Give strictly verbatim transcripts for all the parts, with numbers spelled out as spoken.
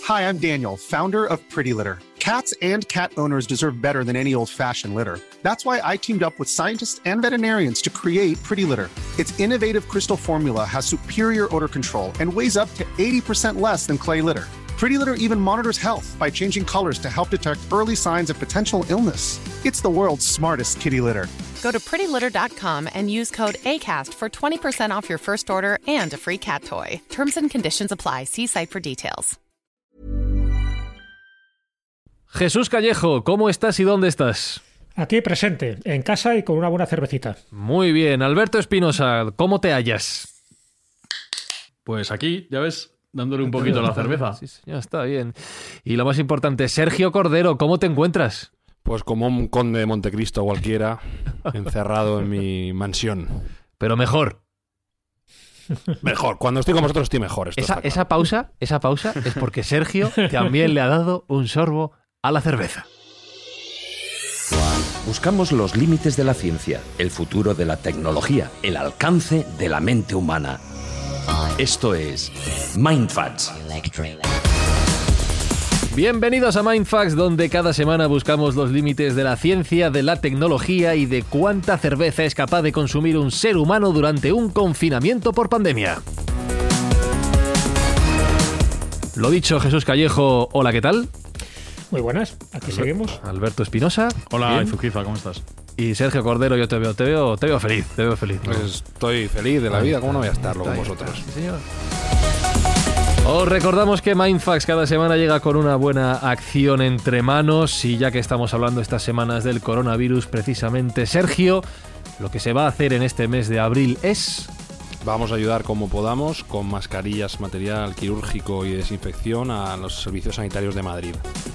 Hi, I'm Daniel, founder of Pretty Litter. Cats and cat owners deserve better than any old-fashioned litter. That's why I teamed up with scientists and veterinarians to create Pretty Litter. Its innovative crystal formula has superior odor control and weighs up to eighty percent less than clay litter. Pretty Litter even monitors health by changing colors to help detect early signs of potential illness. It's the world's smartest kitty litter. Go to pretty litter dot com and use code ACAST for twenty percent off your first order and a free cat toy. Terms and conditions apply. See site for details. Jesús Callejo, ¿cómo estás y dónde estás? Aquí presente, en casa y con una buena cervecita. Muy bien. Alberto Espinosa, ¿cómo te hallas? Pues aquí, ya ves, dándole un poquito a la cerveza. Sí, señor, está bien. Y lo más importante, Sergio Cordero, ¿cómo te encuentras? Pues como un conde de Montecristo cualquiera, encerrado en mi mansión. Pero mejor. Mejor, cuando estoy con vosotros estoy mejor. Esto Esa, está claro. esa pausa, esa pausa es porque Sergio también le ha dado un sorbo a la cerveza. Buscamos los límites de la ciencia, el futuro de la tecnología, el alcance de la mente humana. Esto es Mindfacts. Bienvenidos a Mindfacts, donde cada semana buscamos los límites de la ciencia, de la tecnología y de cuánta cerveza es capaz de consumir un ser humano durante un confinamiento por pandemia. Lo dicho, Jesús Callejo, hola, ¿qué tal? Muy buenas, aquí seguimos. Alberto Espinosa. Hola, bien. Izukiza, ¿cómo estás? Y Sergio Cordero, yo te veo, te veo, te veo feliz, te veo feliz. ¿no? Pues estoy feliz de la vida, ¿cómo no voy a estarlo con Ahí vosotros? está, sí, señor. Os recordamos que Mindfacts cada semana llega con una buena acción entre manos y ya que estamos hablando estas semanas del coronavirus, precisamente, Sergio, lo que se va a hacer en este mes de abril es... Vamos a ayudar como podamos con mascarillas, material quirúrgico y desinfección a los servicios sanitarios de Madrid.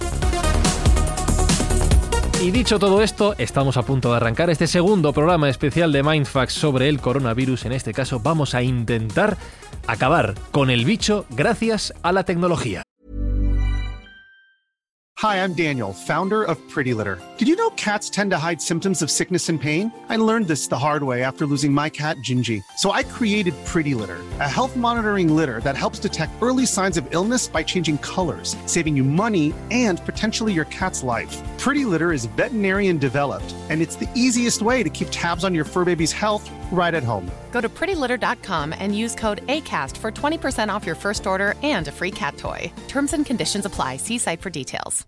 Y dicho todo esto, estamos a punto de arrancar este segundo programa especial de Mindfacts sobre el coronavirus. En este caso vamos a intentar acabar con el bicho gracias a la tecnología. Hi, I'm Daniel, founder of Pretty Litter. Did you know cats tend to hide symptoms of sickness and pain? I learned this the hard way after losing my cat, Gingy. So I created Pretty Litter, a health monitoring litter that helps detect early signs of illness by changing colors, saving you money and potentially your cat's life. Pretty Litter is veterinarian developed, and it's the easiest way to keep tabs on your fur baby's health right at home. Go to pretty litter dot com and use code ACAST for twenty percent off your first order and a free cat toy. Terms and conditions apply. See site for details.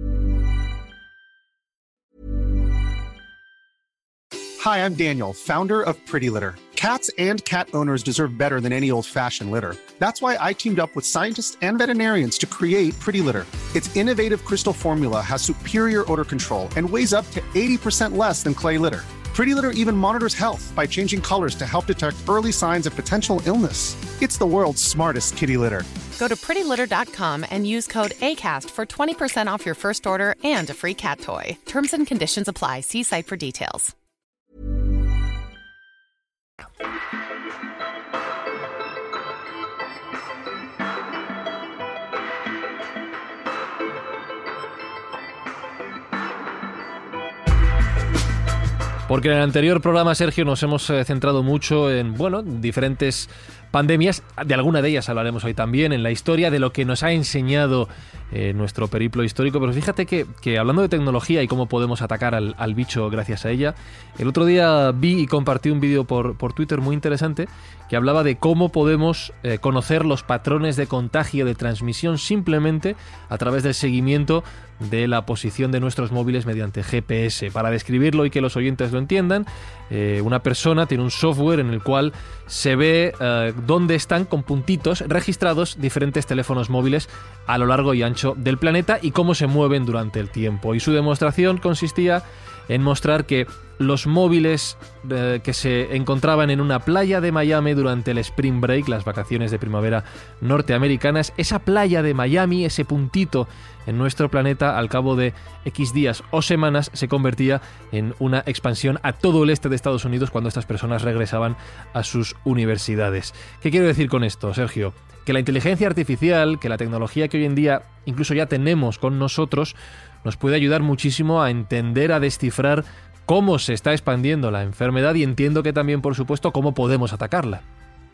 Hi, I'm Daniel, founder of Pretty Litter. Cats and cat owners deserve better than any old-fashioned litter. That's why I teamed up with scientists and veterinarians to create Pretty Litter. Its innovative crystal formula has superior odor control and weighs up to eighty percent less than clay litter. Pretty Litter even monitors health by changing colors to help detect early signs of potential illness. It's the world's smartest kitty litter. Go to pretty litter dot com and use code ACAST for twenty percent off your first order and a free cat toy. Terms and conditions apply. See site for details. Porque en el anterior programa, Sergio, nos hemos eh, centrado mucho en, bueno, diferentes pandemias. De alguna de ellas hablaremos hoy también, en la historia, de lo que nos ha enseñado eh, nuestro periplo histórico. Pero fíjate que, que hablando de tecnología y cómo podemos atacar al, al bicho gracias a ella, el otro día vi y compartí un vídeo por, por Twitter muy interesante que hablaba de cómo podemos eh, conocer los patrones de contagio, de transmisión, simplemente a través del seguimiento de la posición de nuestros móviles mediante G P S. Para describirlo y que los oyentes lo entiendan, eh, una persona tiene un software en el cual se ve eh, dónde están con puntitos registrados diferentes teléfonos móviles a lo largo y ancho del planeta y cómo se mueven durante el tiempo. Y su demostración consistía en mostrar que los móviles eh, que se encontraban en una playa de Miami durante el Spring Break, las vacaciones de primavera norteamericanas, esa playa de Miami, ese puntito en nuestro planeta, al cabo de X días o semanas, se convertía en una expansión a todo el este de Estados Unidos cuando estas personas regresaban a sus universidades. ¿Qué quiero decir con esto, Sergio? Que la inteligencia artificial, que la tecnología que hoy en día incluso ya tenemos con nosotros, nos puede ayudar muchísimo a entender, a descifrar cómo se está expandiendo la enfermedad y entiendo que también, por supuesto, cómo podemos atacarla.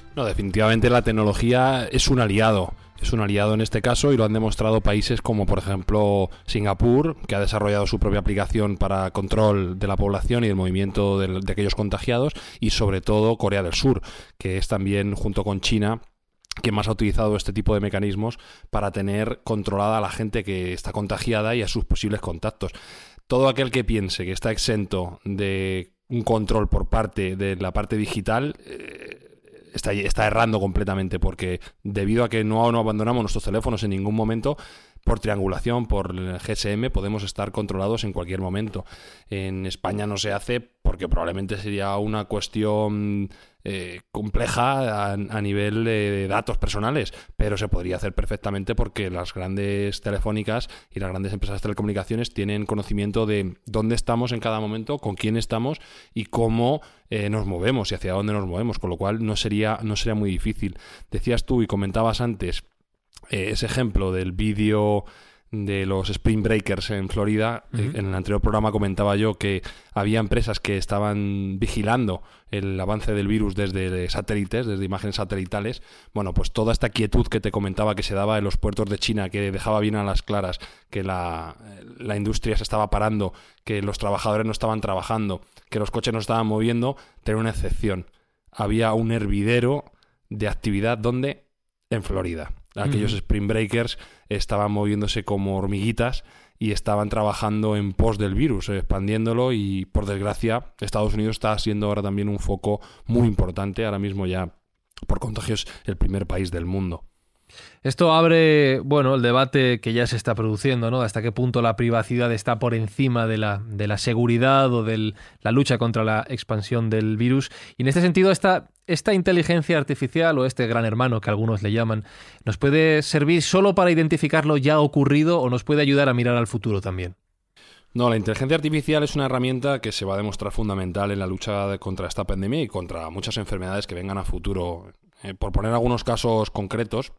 No, definitivamente la tecnología es un aliado. Es un aliado en este caso y lo han demostrado países como por ejemplo Singapur, que ha desarrollado su propia aplicación para control de la población y del movimiento de, de aquellos contagiados, y sobre todo Corea del Sur, que es también junto con China quien más ha utilizado este tipo de mecanismos para tener controlada a la gente que está contagiada y a sus posibles contactos. Todo aquel que piense que está exento de un control por parte de la parte digital eh, Está, está errando completamente, porque debido a que no, no abandonamos nuestros teléfonos en ningún momento, por triangulación, por G S M, podemos estar controlados en cualquier momento. En España no se hace porque probablemente sería una cuestión eh, compleja a, a nivel de datos personales, pero se podría hacer perfectamente porque las grandes telefónicas y las grandes empresas de telecomunicaciones tienen conocimiento de dónde estamos en cada momento, con quién estamos y cómo eh, nos movemos y hacia dónde nos movemos, con lo cual no sería, no sería muy difícil. Decías tú y comentabas antes Eh, ese ejemplo del vídeo de los Spring Breakers en Florida. Uh-huh. eh, en el anterior programa comentaba yo que había empresas que estaban vigilando el avance del virus desde satélites, desde imágenes satelitales. Bueno, pues toda esta quietud que te comentaba que se daba en los puertos de China, que dejaba bien a las claras que la, la industria se estaba parando, que los trabajadores no estaban trabajando, que los coches no estaban moviendo, tenía una excepción. Había un hervidero de actividad, ¿dónde? En Florida. Aquellos uh-huh. Spring Breakers estaban moviéndose como hormiguitas y estaban trabajando en pos del virus, expandiéndolo, y por desgracia Estados Unidos está siendo ahora también un foco muy importante, ahora mismo ya por contagios el primer país del mundo. Esto abre, bueno, el debate que ya se está produciendo, ¿no? Hasta qué punto la privacidad está por encima de la, de la seguridad o de la lucha contra la expansión del virus. Y en este sentido, esta, esta inteligencia artificial o este gran hermano que algunos le llaman, ¿nos puede servir solo para identificar lo ya ocurrido o nos puede ayudar a mirar al futuro también? No, la inteligencia artificial es una herramienta que se va a demostrar fundamental en la lucha de, contra esta pandemia y contra muchas enfermedades que vengan a futuro. Eh, por poner algunos casos concretos,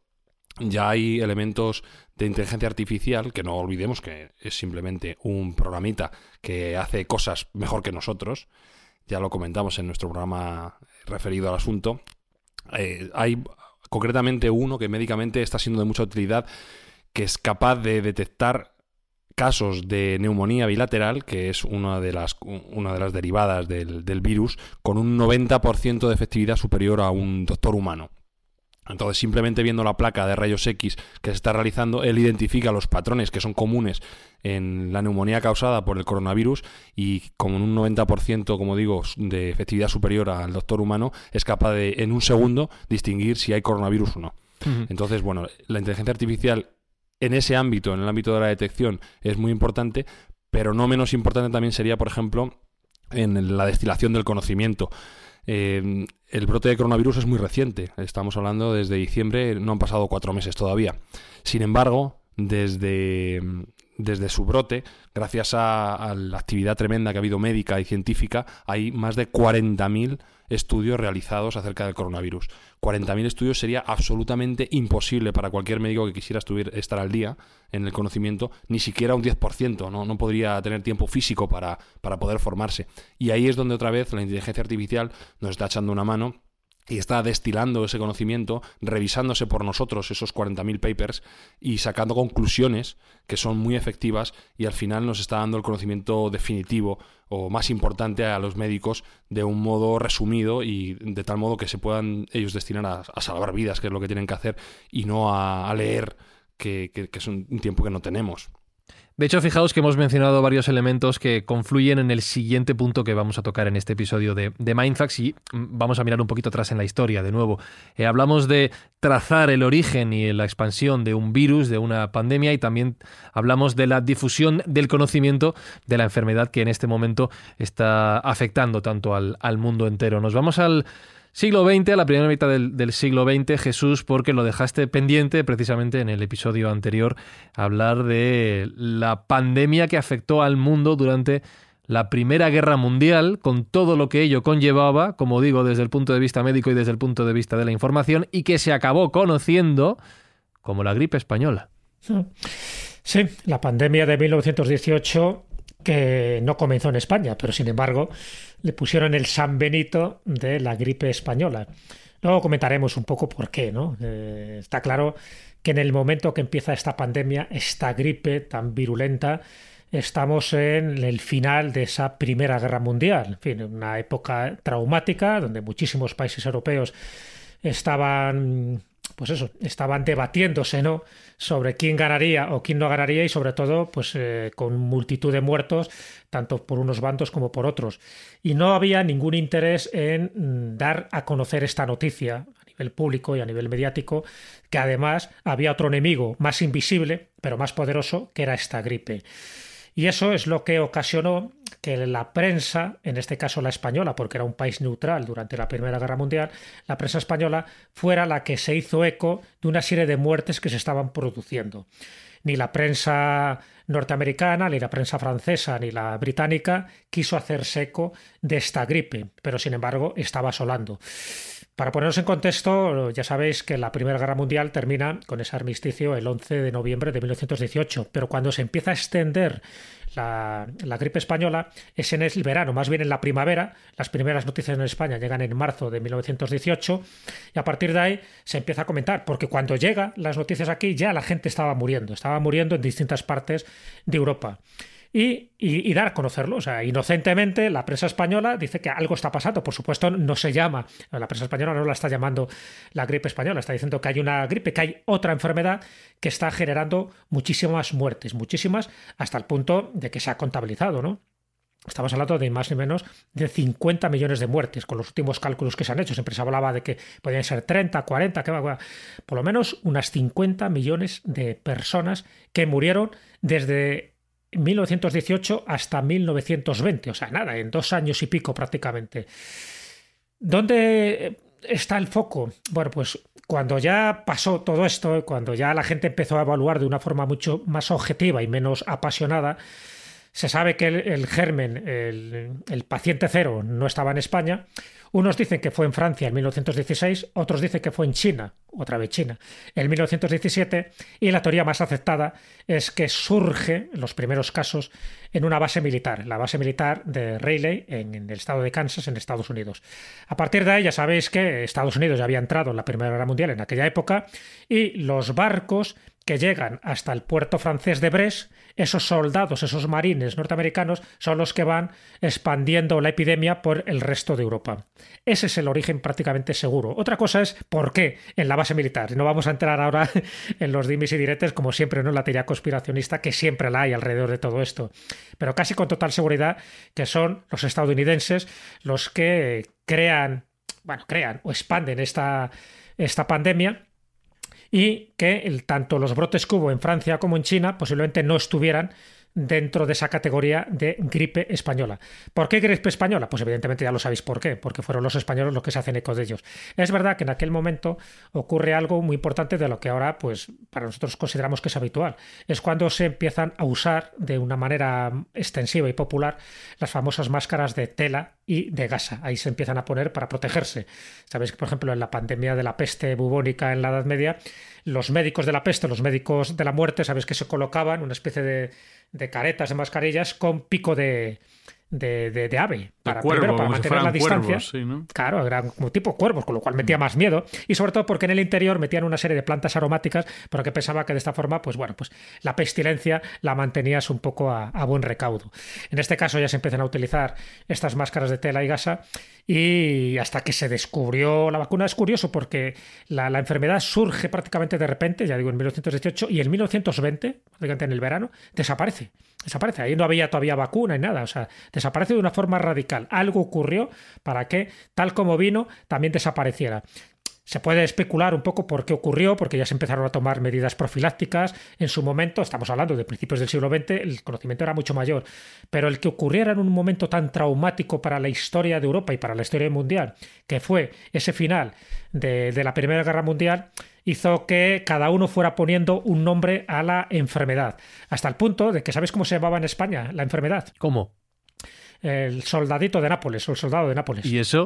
ya hay elementos de inteligencia artificial, que no olvidemos que es simplemente un programita que hace cosas mejor que nosotros. Ya lo comentamos en nuestro programa referido al asunto. Eh, hay concretamente uno que médicamente está siendo de mucha utilidad, que es capaz de detectar casos de neumonía bilateral, que es una de las, una de las derivadas del, del virus, con un noventa por ciento de efectividad superior a un doctor humano. Entonces, simplemente viendo la placa de rayos X que se está realizando, él identifica los patrones que son comunes en la neumonía causada por el coronavirus y con un noventa por ciento, como digo, de efectividad superior al doctor humano, es capaz de, en un segundo, distinguir si hay coronavirus o no. Uh-huh. Entonces, bueno, la inteligencia artificial en ese ámbito, en el ámbito de la detección, es muy importante, pero no menos importante también sería, por ejemplo, en la destilación del conocimiento. Eh, el brote de coronavirus es muy reciente, estamos hablando desde diciembre, no han pasado cuatro meses todavía. Sin embargo, desde, desde su brote, gracias a, a la actividad tremenda que ha habido médica y científica, hay más de cuarenta mil estudios realizados acerca del coronavirus. cuarenta mil estudios sería absolutamente imposible para cualquier médico que quisiera estuviera, estar al día en el conocimiento, ni siquiera un diez por ciento, no, no podría tener tiempo físico para, para poder formarse. Y ahí es donde otra vez la inteligencia artificial nos está echando una mano y está destilando ese conocimiento, revisándose por nosotros esos cuarenta mil papers y sacando conclusiones que son muy efectivas, y al final nos está dando el conocimiento definitivo o más importante a los médicos de un modo resumido y de tal modo que se puedan ellos destinar a, a salvar vidas, que es lo que tienen que hacer, y no a, a leer, que, que, que es un tiempo que no tenemos. De hecho, fijaos que hemos mencionado varios elementos que confluyen en el siguiente punto que vamos a tocar en este episodio de, de Mindfax, y vamos a mirar un poquito atrás en la historia de nuevo. Eh, hablamos de trazar el origen y la expansión de un virus, de una pandemia, y también hablamos de la difusión del conocimiento de la enfermedad que en este momento está afectando tanto al, al mundo entero. Nos vamos al siglo veinte, a la primera mitad del, del siglo veinte, Jesús, porque lo dejaste pendiente precisamente en el episodio anterior, hablar de la pandemia que afectó al mundo durante la Primera Guerra Mundial, con todo lo que ello conllevaba, como digo, desde el punto de vista médico y desde el punto de vista de la información, y que se acabó conociendo como la gripe española. Sí, la pandemia de mil novecientos dieciocho, que no comenzó en España, pero sin embargo le pusieron el San Benito de la gripe española. Luego comentaremos un poco por qué, ¿no? Eh, está claro que en el momento que empieza esta pandemia, esta gripe tan virulenta, estamos en el final de esa Primera Guerra Mundial. En fin, una época traumática donde muchísimos países europeos estaban, pues eso, estaban debatiéndose, ¿no?, sobre quién ganaría o quién no ganaría, y sobre todo, pues eh, con multitud de muertos, tanto por unos bandos como por otros. Y no había ningún interés en mm, dar a conocer esta noticia a nivel público y a nivel mediático, que además había otro enemigo más invisible, pero más poderoso, que era esta gripe. Y eso es lo que ocasionó que la prensa, en este caso la española, porque era un país neutral durante la Primera Guerra Mundial, la prensa española fuera la que se hizo eco de una serie de muertes que se estaban produciendo. Ni la prensa norteamericana, ni la prensa francesa, ni la británica quiso hacerse eco de esta gripe, pero sin embargo estaba asolando. Para poneros en contexto, ya sabéis que la Primera Guerra Mundial termina con ese armisticio el once de noviembre de mil novecientos dieciocho, pero cuando se empieza a extender la, la gripe española es en el verano, más bien en la primavera. Las primeras noticias en España llegan en marzo de mil novecientos dieciocho y a partir de ahí se empieza a comentar, porque cuando llegan las noticias aquí ya la gente estaba muriendo, estaba muriendo en distintas partes de Europa. Y, y, y dar a conocerlo. O sea, inocentemente la prensa española dice que algo está pasando. Por supuesto, no se llama, la prensa española no la está llamando la gripe española, está diciendo que hay una gripe, que hay otra enfermedad que está generando muchísimas muertes, muchísimas, hasta el punto de que se ha contabilizado, ¿no? Estamos hablando de más ni menos de cincuenta millones de muertes, con los últimos cálculos que se han hecho. Siempre se hablaba de que podían ser treinta, cuarenta, que va, por lo menos unas cincuenta millones de personas que murieron desde mil novecientos dieciocho hasta mil novecientos veinte, o sea, nada, en dos años y pico prácticamente. ¿Dónde está el foco? Bueno, pues cuando ya pasó todo esto, cuando ya la gente empezó a evaluar de una forma mucho más objetiva y menos apasionada, se sabe que el, el germen, el, el paciente cero, no estaba en España. Unos dicen que fue en Francia en mil novecientos dieciséis, otros dicen que fue en China, otra vez China, en mil novecientos diecisiete, y la teoría más aceptada es que surge, en los primeros casos, en una base militar, la base militar de Raleigh, en, en el estado de Kansas, en Estados Unidos. A partir de ahí ya sabéis que Estados Unidos ya había entrado en la Primera Guerra Mundial en aquella época, y los barcos que llegan hasta el puerto francés de Brest, esos soldados, esos marines norteamericanos, son los que van expandiendo la epidemia por el resto de Europa. Ese es el origen prácticamente seguro. Otra cosa es por qué en la base militar. No vamos a entrar ahora en los dimes y diretes, como siempre, ¿no?, la teoría conspiracionista, que siempre la hay alrededor de todo esto. Pero casi con total seguridad que son los estadounidenses los que crean, bueno, crean o expanden esta, esta pandemia, y que el, tanto los brotes que hubo en Francia como en China posiblemente no estuvieran dentro de esa categoría de gripe española. ¿Por qué gripe española? Pues evidentemente ya lo sabéis por qué, porque fueron los españoles los que se hacen eco de ellos. Es verdad que en aquel momento ocurre algo muy importante de lo que ahora, pues, para nosotros consideramos que es habitual. Es cuando se empiezan a usar de una manera extensiva y popular las famosas máscaras de tela y de gasa. Ahí se empiezan a poner para protegerse. Sabéis que, por ejemplo, en la pandemia de la peste bubónica en la Edad Media, los médicos de la peste, los médicos de la muerte, sabéis que se colocaban una especie de de caretas, de mascarillas con pico de, de, de, de ave para, cuervo, primero, para mantener si la distancia. Cuervos, sí, ¿no? Claro, eran como tipo cuervos, con lo cual metía más miedo, y sobre todo porque en el interior metían una serie de plantas aromáticas, porque pensaba que de esta forma, pues bueno, pues la pestilencia la mantenías un poco a, a buen recaudo. En este caso ya se empiezan a utilizar estas máscaras de tela y gasa, y hasta que se descubrió la vacuna. Es curioso porque la, la enfermedad surge prácticamente de repente, ya digo, en mil novecientos dieciocho, y en mil novecientos veinte, prácticamente en el verano, desaparece. Desaparece. Ahí no había todavía vacuna ni nada. O sea, desaparece de una forma radical. Algo ocurrió para que, tal como vino, también desapareciera. Se puede especular un poco por qué ocurrió, porque ya se empezaron a tomar medidas profilácticas. En su momento, estamos hablando de principios del siglo veinte, el conocimiento era mucho mayor. Pero el que ocurriera en un momento tan traumático para la historia de Europa y para la historia mundial, que fue ese final de, de la Primera Guerra Mundial, hizo que cada uno fuera poniendo un nombre a la enfermedad. Hasta el punto de que, ¿sabéis cómo se llamaba en España la enfermedad? ¿Cómo? El soldadito de Nápoles, o el soldado de Nápoles. ¿Y eso?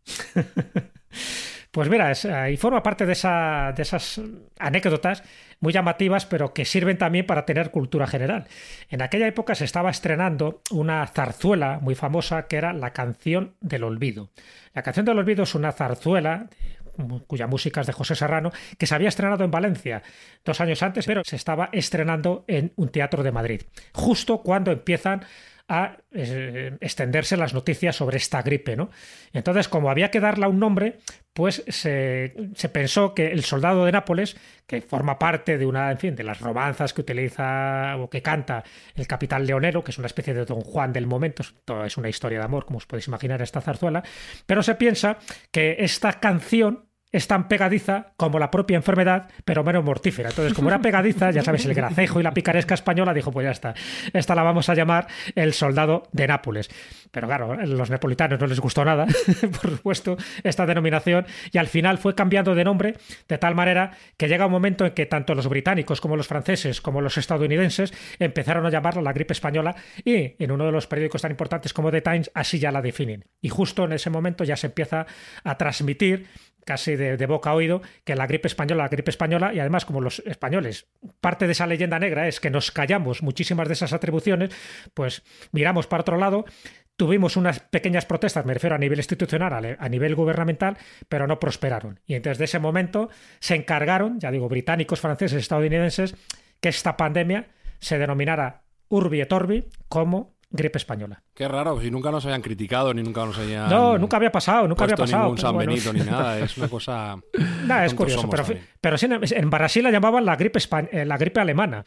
Pues mira, es, y forma parte de, esa, de esas anécdotas muy llamativas, pero que sirven también para tener cultura general. En aquella época se estaba estrenando una zarzuela muy famosa que era La Canción del Olvido. La Canción del Olvido es una zarzuela cuya música es de José Serrano, que se había estrenado en Valencia dos años antes, pero se estaba estrenando en un teatro de Madrid, justo cuando empiezan a eh, extenderse las noticias sobre esta gripe, ¿no? Entonces, como había que darle un nombre, pues se, se pensó que El soldado de Nápoles, que forma parte de una, en fin, de las romanzas que utiliza o que canta el capitán Leonero, que es una especie de Don Juan del momento, todo es una historia de amor, como os podéis imaginar, esta zarzuela, pero se piensa que esta canción es tan pegadiza como la propia enfermedad, pero menos mortífera. Entonces, como era pegadiza, ya sabes, el gracejo y la picaresca española, dijo, pues ya está, esta la vamos a llamar El soldado de Nápoles. Pero claro, a los napolitanos no les gustó nada, por supuesto, esta denominación, y al final fue cambiando de nombre, de tal manera que llega un momento en que tanto los británicos como los franceses, como los estadounidenses, empezaron a llamarla la gripe española, y en uno de los periódicos tan importantes como The Times, así ya la definen. Y justo en ese momento ya se empieza a transmitir casi de, de boca a oído, que la gripe española, la gripe española, y además como los españoles, parte de esa leyenda negra es que nos callamos muchísimas de esas atribuciones, pues miramos para otro lado, tuvimos unas pequeñas protestas, me refiero a nivel institucional, a nivel gubernamental, pero no prosperaron. Y entonces de ese momento se encargaron, ya digo, británicos, franceses, estadounidenses, que esta pandemia se denominara Urbi et Orbi como gripe española. Qué raro, si nunca nos habían criticado ni nunca nos habían... No, nunca había pasado, nunca había pasado. ningún San bueno. Benito ni nada, es una cosa... Nada, es curioso, pero, pero sí, en Brasil la llamaban la gripe, Espa... la gripe alemana,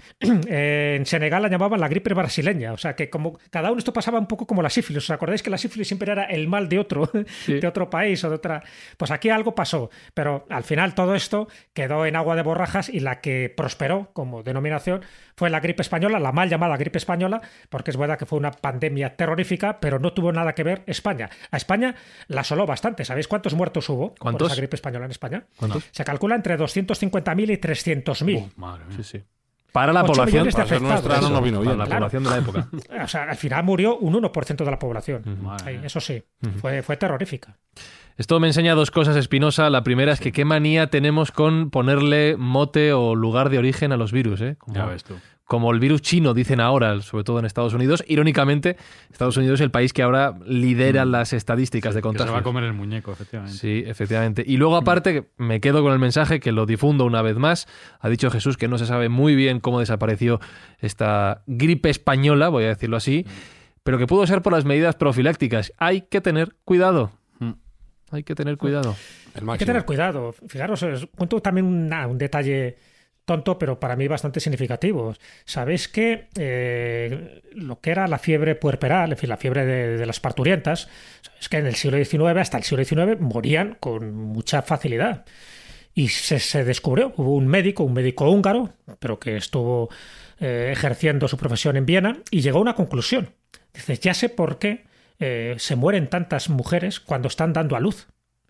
en Senegal la llamaban la gripe brasileña, o sea que como cada uno esto pasaba un poco como la sífilis, ¿os acordáis que la sífilis siempre era el mal de otro, sí. de otro país o de otra... Pues aquí algo pasó, pero al final todo esto quedó en agua de borrajas y la que prosperó como denominación fue la gripe española, la mal llamada gripe española, porque es verdad que fue una pandemia terrorífica, pero no tuvo nada que ver España. A España la asoló bastante. ¿Sabéis cuántos muertos hubo ¿Cuántos? por esa gripe española en España? ¿Cuántos? Se calcula entre doscientos cincuenta mil y trescientos mil. Oh, madre mía. Sí, sí. Para la población, de para nuestra no nos vino bien. Para la Claro. población de la época. O sea, al final murió un uno por ciento de la población. Madre Ahí, mía. eso sí, Ujú. fue, fue terrorífica. Esto me enseña dos cosas, Espinosa. La primera es que qué manía tenemos con ponerle mote o lugar de origen a los virus, ¿eh? Como, Ya ves tú. como el virus chino, dicen ahora, sobre todo en Estados Unidos. Irónicamente, Estados Unidos es el país que ahora lidera Mm. las estadísticas de Que se contagios. va a comer el muñeco, efectivamente. Sí, efectivamente. Y luego, aparte, me quedo con el mensaje que lo difundo una vez más. Ha dicho Jesús que no se sabe muy bien cómo desapareció esta gripe española, voy a decirlo así, pero que pudo ser por las medidas profilácticas. Hay que tener cuidado. Mm. Hay que tener cuidado. El Hay máximo. que tener cuidado. Fijaros, os cuento también una- un detalle tonto, pero para mí bastante significativo. Sabéis que eh, lo que era la fiebre puerperal, en fin, la fiebre de, de las parturientas, sabéis que en el siglo diecinueve, hasta el siglo diecinueve, morían con mucha facilidad. Y se, se descubrió, hubo un médico, un médico húngaro, pero que estuvo eh, ejerciendo su profesión en Viena, y llegó a una conclusión. Dice, ya sé por qué eh, se mueren tantas mujeres cuando están dando a luz.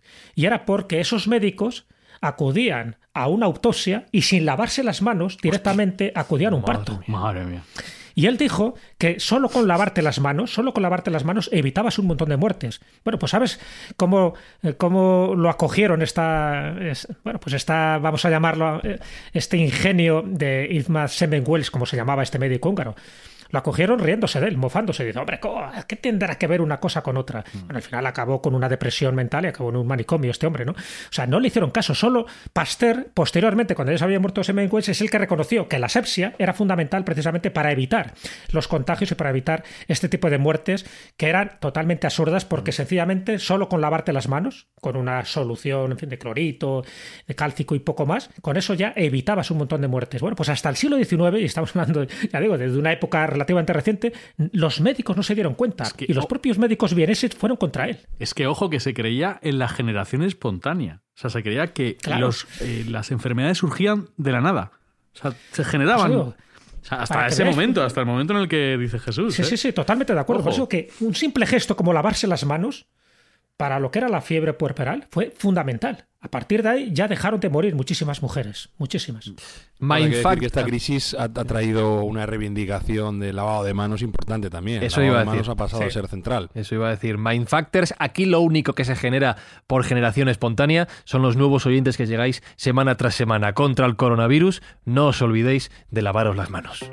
Y era porque esos médicos acudían a una autopsia y sin lavarse las manos directamente acudían a un Madre parto. mía. Madre mía. Y él dijo que solo con lavarte las manos, solo con lavarte las manos evitabas un montón de muertes. Bueno, pues ¿sabes cómo, eh, cómo lo acogieron esta, es- bueno, pues esta, vamos a llamarlo, eh, este ingenio de Yilmaz Semen-Wells, como se llamaba este médico húngaro? Lo acogieron riéndose de él, mofándose. Dice, hombre, ¿cómo- ¿qué tendrá que ver una cosa con otra? Bueno, al final acabó con una depresión mental y acabó en un manicomio este hombre, ¿no? O sea, no le hicieron caso. Solo Pasteur, posteriormente, cuando ya se había muerto Semen-Wells, es el que reconoció que la asepsia era fundamental precisamente para evitar los contagios y para evitar este tipo de muertes que eran totalmente absurdas porque sencillamente solo con lavarte las manos, con una solución, en fin, de clorito, de cálcico y poco más, con eso ya evitabas un montón de muertes. Bueno, pues hasta el siglo diecinueve, y estamos hablando, ya digo, desde una época relativamente reciente, los médicos no se dieron cuenta Es que- y los oh. propios médicos vieneses fueron contra él. Es que, ojo, que se creía en la generación espontánea. O sea, se creía que Claro. los, eh, las enfermedades surgían de la nada. O sea, se generaban. Eso O digo. sea, hasta Para que ese veáis. momento, hasta el momento en el que dice Jesús. Sí, ¿eh? sí, sí, totalmente de acuerdo. Por Ojo. eso que un simple gesto como lavarse las manos para lo que era la fiebre puerperal fue fundamental. A partir de ahí ya dejaron de morir muchísimas mujeres, muchísimas. Hay que decir Mindfact. que esta crisis ha, ha traído una reivindicación del lavado de manos importante también. Eso el iba lavado a de manos decir. ha pasado Sí. a ser central. Eso iba a decir. Mindfactors. Aquí lo único que se genera por generación espontánea son los nuevos oyentes que llegáis semana tras semana contra el coronavirus. No os olvidéis de lavaros las manos.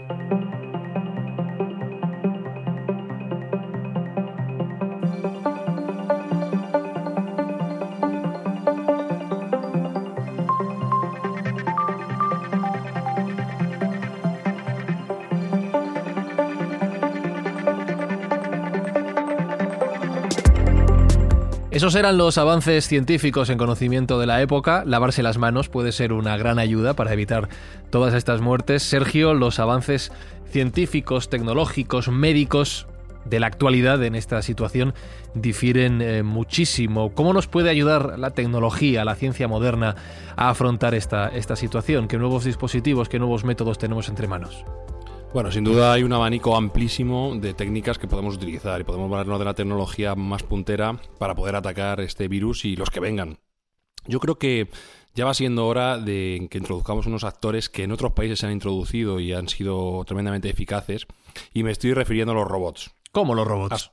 Esos eran los avances científicos en conocimiento de la época. Lavarse las manos puede ser una gran ayuda para evitar todas estas muertes. Sergio, los avances científicos, tecnológicos, médicos de la actualidad en esta situación difieren eh, muchísimo. ¿Cómo nos puede ayudar la tecnología, la ciencia moderna a afrontar esta, esta situación? ¿Qué nuevos dispositivos, qué nuevos métodos tenemos entre manos? Bueno, sin duda hay un abanico amplísimo de técnicas que podemos utilizar y podemos valernos de la tecnología más puntera para poder atacar este virus y los que vengan. Yo creo que ya va siendo hora de que introduzcamos unos actores que en otros países se han introducido y han sido tremendamente eficaces, y me estoy refiriendo a los robots. ¿Cómo los robots?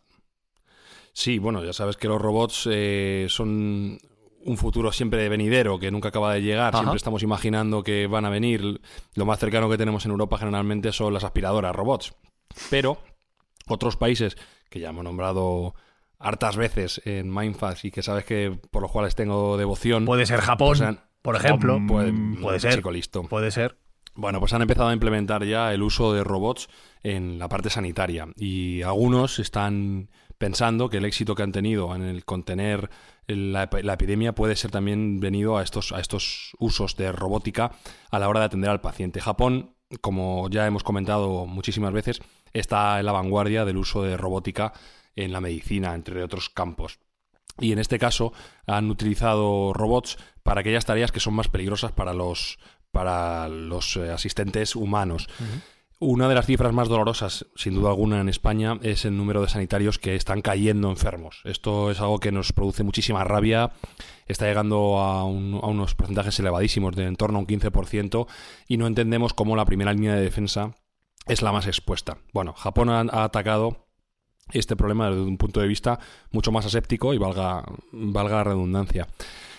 Sí, bueno, ya sabes que los robots eh, son un futuro siempre venidero, que nunca acaba de llegar. Ajá. Siempre estamos imaginando que van a venir. Lo más cercano que tenemos en Europa generalmente son las aspiradoras robots. Pero otros países que ya hemos nombrado hartas veces en Mindfast y que sabes que por los cuales tengo devoción. Puede ser Japón, pues han, por ejemplo. Puede, puede ser. Chico listo. Puede ser. Bueno, pues han empezado a implementar ya el uso de robots en la parte sanitaria, y algunos están pensando que el éxito que han tenido en el contener la, la epidemia puede ser también venido a estos, a estos usos de robótica a la hora de atender al paciente. Japón, como ya hemos comentado muchísimas veces, está en la vanguardia del uso de robótica en la medicina, entre otros campos. Y en este caso han utilizado robots para aquellas tareas que son más peligrosas para los para los eh, asistentes humanos. Uh-huh. Una de las cifras más dolorosas, sin duda alguna, en España es el número de sanitarios que están cayendo enfermos. Esto es algo que nos produce muchísima rabia. Está llegando a, un, a unos porcentajes elevadísimos, de en torno a un quince por ciento, y no entendemos cómo la primera línea de defensa es la más expuesta. Bueno, Japón ha, ha atacado este problema desde un punto de vista mucho más aséptico y valga, valga la redundancia.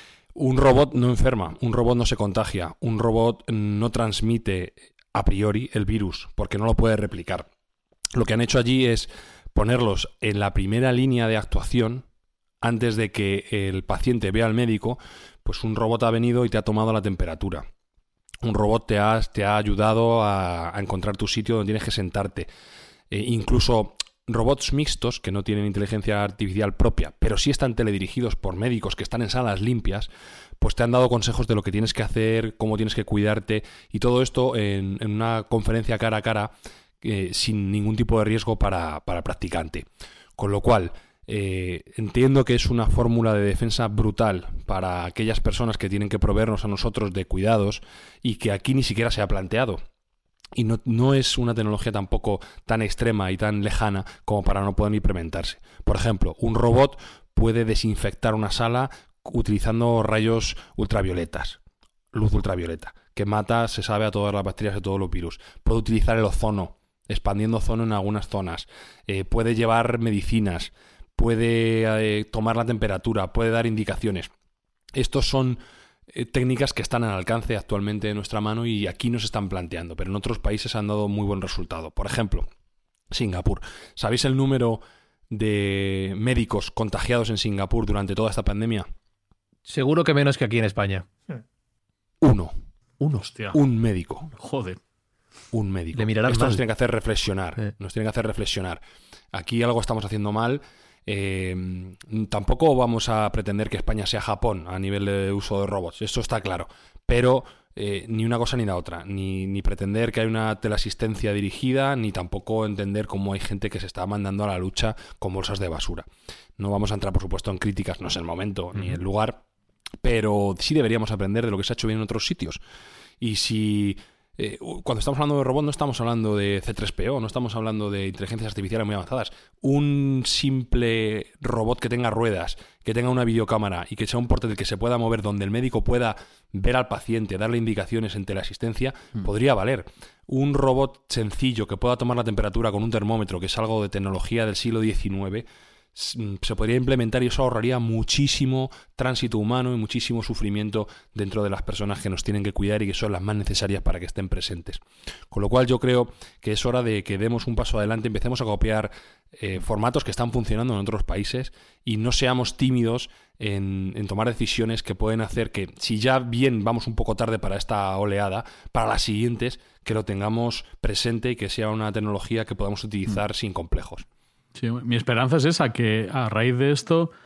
Un robot no enferma, un robot no se contagia, un robot no transmite a priori el virus porque no lo puede replicar. Lo que han hecho allí es ponerlos en la primera línea de actuación antes de que el paciente vea al médico. Pues un robot ha venido y te ha tomado la temperatura. Un robot te ha, te ha ayudado a, a encontrar tu sitio donde tienes que sentarte. Eh, incluso robots mixtos que no tienen inteligencia artificial propia, pero sí están teledirigidos por médicos que están en salas limpias, pues te han dado consejos de lo que tienes que hacer, cómo tienes que cuidarte, y todo esto en, en una conferencia cara a cara, eh, sin ningún tipo de riesgo para, para el practicante. Con lo cual, eh, entiendo que es una fórmula de defensa brutal para aquellas personas que tienen que proveernos a nosotros de cuidados y que aquí ni siquiera se ha planteado. Y no, no es una tecnología tampoco tan extrema y tan lejana como para no poder implementarse. Por ejemplo, un robot puede desinfectar una sala utilizando rayos ultravioletas, luz ultravioleta, que mata, se sabe, a todas las bacterias y todos los virus. Puede utilizar el ozono, expandiendo ozono en algunas zonas. Eh, puede llevar medicinas, puede eh, tomar la temperatura, puede dar indicaciones. Estos son Eh, técnicas que están al alcance actualmente de nuestra mano y aquí no se están planteando, pero en otros países han dado muy buen resultado. Por ejemplo, Singapur. ¿Sabéis el número de médicos contagiados en Singapur durante toda esta pandemia? Seguro que menos que aquí en España. Uno. Uno. Hostia. Un médico. Joder. Un médico. Le mirarán Esto mal. nos tiene que hacer reflexionar. Eh. Nos tiene que hacer reflexionar. Aquí algo estamos haciendo mal. Eh, tampoco vamos a pretender que España sea Japón a nivel de uso de robots, eso está claro, pero eh, ni una cosa ni la otra, ni, ni pretender que hay una teleasistencia dirigida, ni tampoco entender cómo hay gente que se está mandando a la lucha con bolsas de basura. No vamos a entrar, por supuesto, en críticas, no es el momento ni el lugar, pero sí deberíamos aprender de lo que se ha hecho bien en otros sitios. Y si Eh, cuando estamos hablando de robots no estamos hablando de C tres P O, no estamos hablando de inteligencias artificiales muy avanzadas. Un simple robot que tenga ruedas, que tenga una videocámara y que sea un portátil que se pueda mover, donde el médico pueda ver al paciente, darle indicaciones en teleasistencia, mm. podría valer. Un robot sencillo que pueda tomar la temperatura con un termómetro, que es algo de tecnología del siglo diecinueve, se podría implementar y eso ahorraría muchísimo tránsito humano y muchísimo sufrimiento dentro de las personas que nos tienen que cuidar y que son las más necesarias para que estén presentes. Con lo cual yo creo que es hora de que demos un paso adelante, empecemos a copiar eh, formatos que están funcionando en otros países y no seamos tímidos en, en tomar decisiones que pueden hacer que, si ya bien vamos un poco tarde para esta oleada, para las siguientes, que lo tengamos presente y que sea una tecnología que podamos utilizar mm. sin complejos. Sí, mi esperanza es esa, que a raíz de esto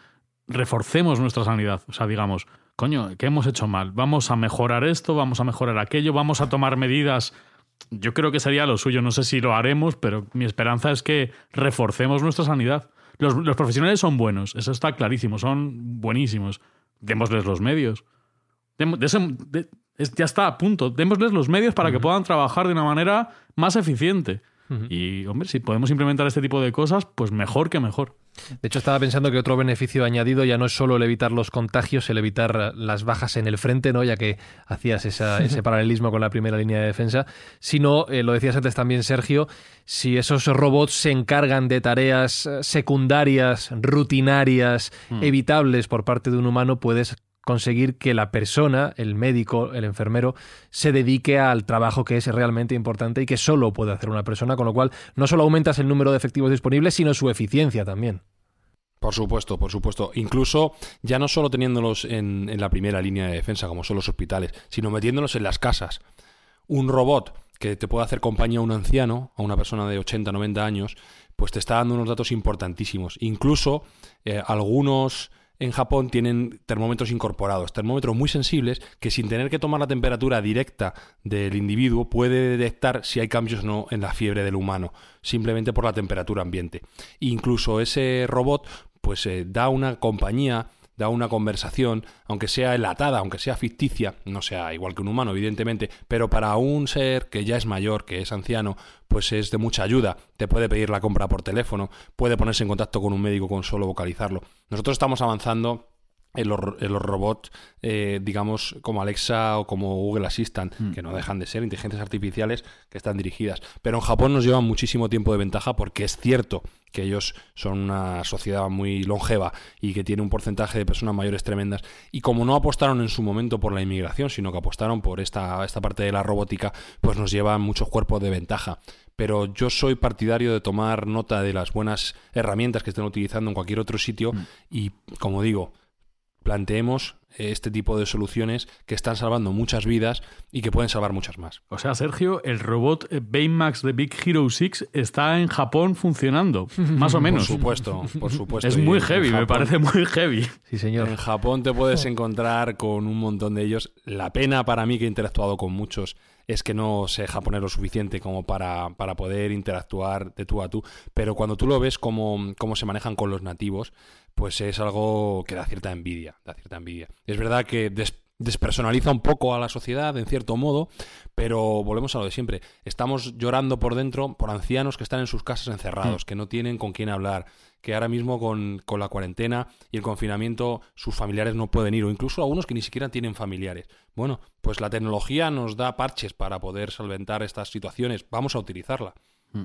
reforcemos nuestra sanidad. O sea, digamos, coño, ¿qué hemos hecho mal? Vamos a mejorar esto, vamos a mejorar aquello, vamos a tomar medidas. Yo creo que sería lo suyo, no sé si lo haremos, pero mi esperanza es que reforcemos nuestra sanidad. Los, los profesionales son buenos, eso está clarísimo, son buenísimos. Démosles los medios. Demo, de ese, de, es, ya está, a punto. Démosles los medios para uh-huh. que puedan trabajar de una manera más eficiente. Uh-huh. Y, hombre, si podemos implementar este tipo de cosas, pues mejor que mejor. De hecho, estaba pensando que otro beneficio añadido ya no es solo el evitar los contagios, el evitar las bajas en el frente, ¿no? Ya que hacías esa, ese paralelismo con la primera línea de defensa, sino, eh, lo decías antes también, Sergio, si esos robots se encargan de tareas secundarias, rutinarias, mm. evitables por parte de un humano, puedes conseguir que la persona, el médico, el enfermero, se dedique al trabajo que es realmente importante y que solo puede hacer una persona, con lo cual no solo aumentas el número de efectivos disponibles, sino su eficiencia también. Por supuesto, por supuesto. Incluso ya no solo teniéndolos en, en la primera línea de defensa, como son los hospitales, sino metiéndolos en las casas. Un robot que te puede hacer compañía a un anciano, a una persona de ochenta, noventa años, pues te está dando unos datos importantísimos. Incluso eh, algunos... En Japón tienen termómetros incorporados, termómetros muy sensibles que sin tener que tomar la temperatura directa del individuo puede detectar si hay cambios o no en la fiebre del humano, simplemente por la temperatura ambiente. Incluso ese robot pues eh, da una compañía, da una conversación, aunque sea enlatada, aunque sea ficticia, no sea igual que un humano, evidentemente, pero para un ser que ya es mayor, que es anciano, pues es de mucha ayuda. Te puede pedir la compra por teléfono, puede ponerse en contacto con un médico con solo vocalizarlo. Nosotros estamos avanzando en los, en los robots, eh, digamos, como Alexa o como Google Assistant, mm. que no dejan de ser inteligencias artificiales que están dirigidas. Pero en Japón nos llevan muchísimo tiempo de ventaja porque es cierto que ellos son una sociedad muy longeva y que tiene un porcentaje de personas mayores tremendas. Y como no apostaron en su momento por la inmigración, sino que apostaron por esta, esta parte de la robótica, pues nos llevan muchos cuerpos de ventaja. Pero yo soy partidario de tomar nota de las buenas herramientas que estén utilizando en cualquier otro sitio mm. y, como digo, planteemos este tipo de soluciones que están salvando muchas vidas y que pueden salvar muchas más. O sea, Sergio, el robot Baymax de Big Hero seis está en Japón funcionando, más o menos. Por supuesto, por supuesto. Es muy y heavy, Japón, me parece muy heavy. Sí, señor. En Japón te puedes encontrar con un montón de ellos. La pena para mí, que he interactuado con muchos, es que no sé japonés lo suficiente como para, para poder interactuar de tú a tú. Pero cuando tú lo ves cómo, cómo se manejan con los nativos, pues es algo que da cierta envidia, da cierta envidia. Es verdad que des, despersonaliza un poco a la sociedad, en cierto modo, pero volvemos a lo de siempre. Estamos llorando por dentro por ancianos que están en sus casas encerrados, mm. que no tienen con quién hablar, que ahora mismo con, con la cuarentena y el confinamiento sus familiares no pueden ir, o incluso algunos que ni siquiera tienen familiares. Bueno, pues la tecnología nos da parches para poder solventar estas situaciones. Vamos a utilizarla. Mm.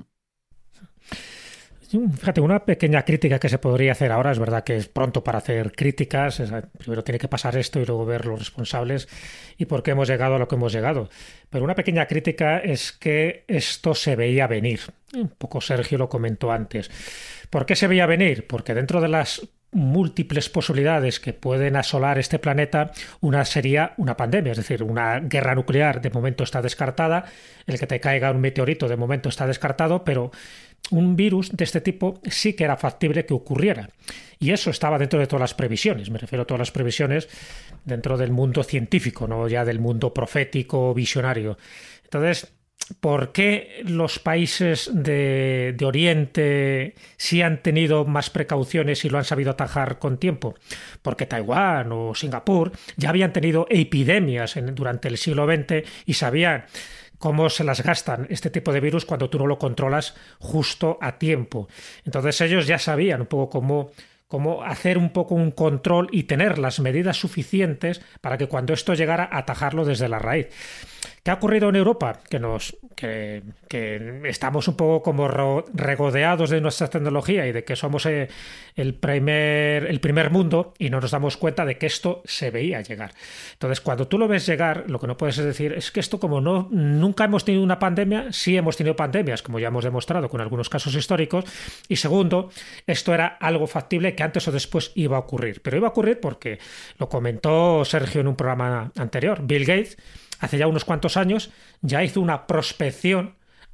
Fíjate, una pequeña crítica que se podría hacer ahora, es verdad que es pronto para hacer críticas, primero tiene que pasar esto y luego ver los responsables y por qué hemos llegado a lo que hemos llegado. Pero una pequeña crítica es que esto se veía venir. Un poco Sergio lo comentó antes. ¿Por qué se veía venir? Porque dentro de las múltiples posibilidades que pueden asolar este planeta, una sería una pandemia, es decir, una guerra nuclear de momento está descartada, el que te caiga un meteorito de momento está descartado, pero un virus de este tipo sí que era factible que ocurriera. Y eso estaba dentro de todas las previsiones, me refiero a todas las previsiones dentro del mundo científico, no ya del mundo profético, visionario. Entonces, ¿por qué los países de, de Oriente sí han tenido más precauciones y lo han sabido atajar con tiempo? Porque Taiwán o Singapur ya habían tenido epidemias en, durante el siglo veinte y sabían cómo se las gastan este tipo de virus cuando tú no lo controlas justo a tiempo. Entonces ellos ya sabían un poco cómo, cómo hacer un poco un control y tener las medidas suficientes para que cuando esto llegara, atajarlo desde la raíz. ¿Qué ha ocurrido en Europa? Que nos que, que estamos un poco como ro, regodeados de nuestra tecnología y de que somos eh, el, primer, el primer mundo y no nos damos cuenta de que esto se veía llegar. Entonces, cuando tú lo ves llegar, lo que no puedes decir es que esto, como no nunca hemos tenido una pandemia, sí hemos tenido pandemias, como ya hemos demostrado con algunos casos históricos, y segundo, esto era algo factible que antes o después iba a ocurrir. Pero iba a ocurrir porque lo comentó Sergio en un programa anterior. Bill Gates hace ya unos cuantos años ya hizo una prospección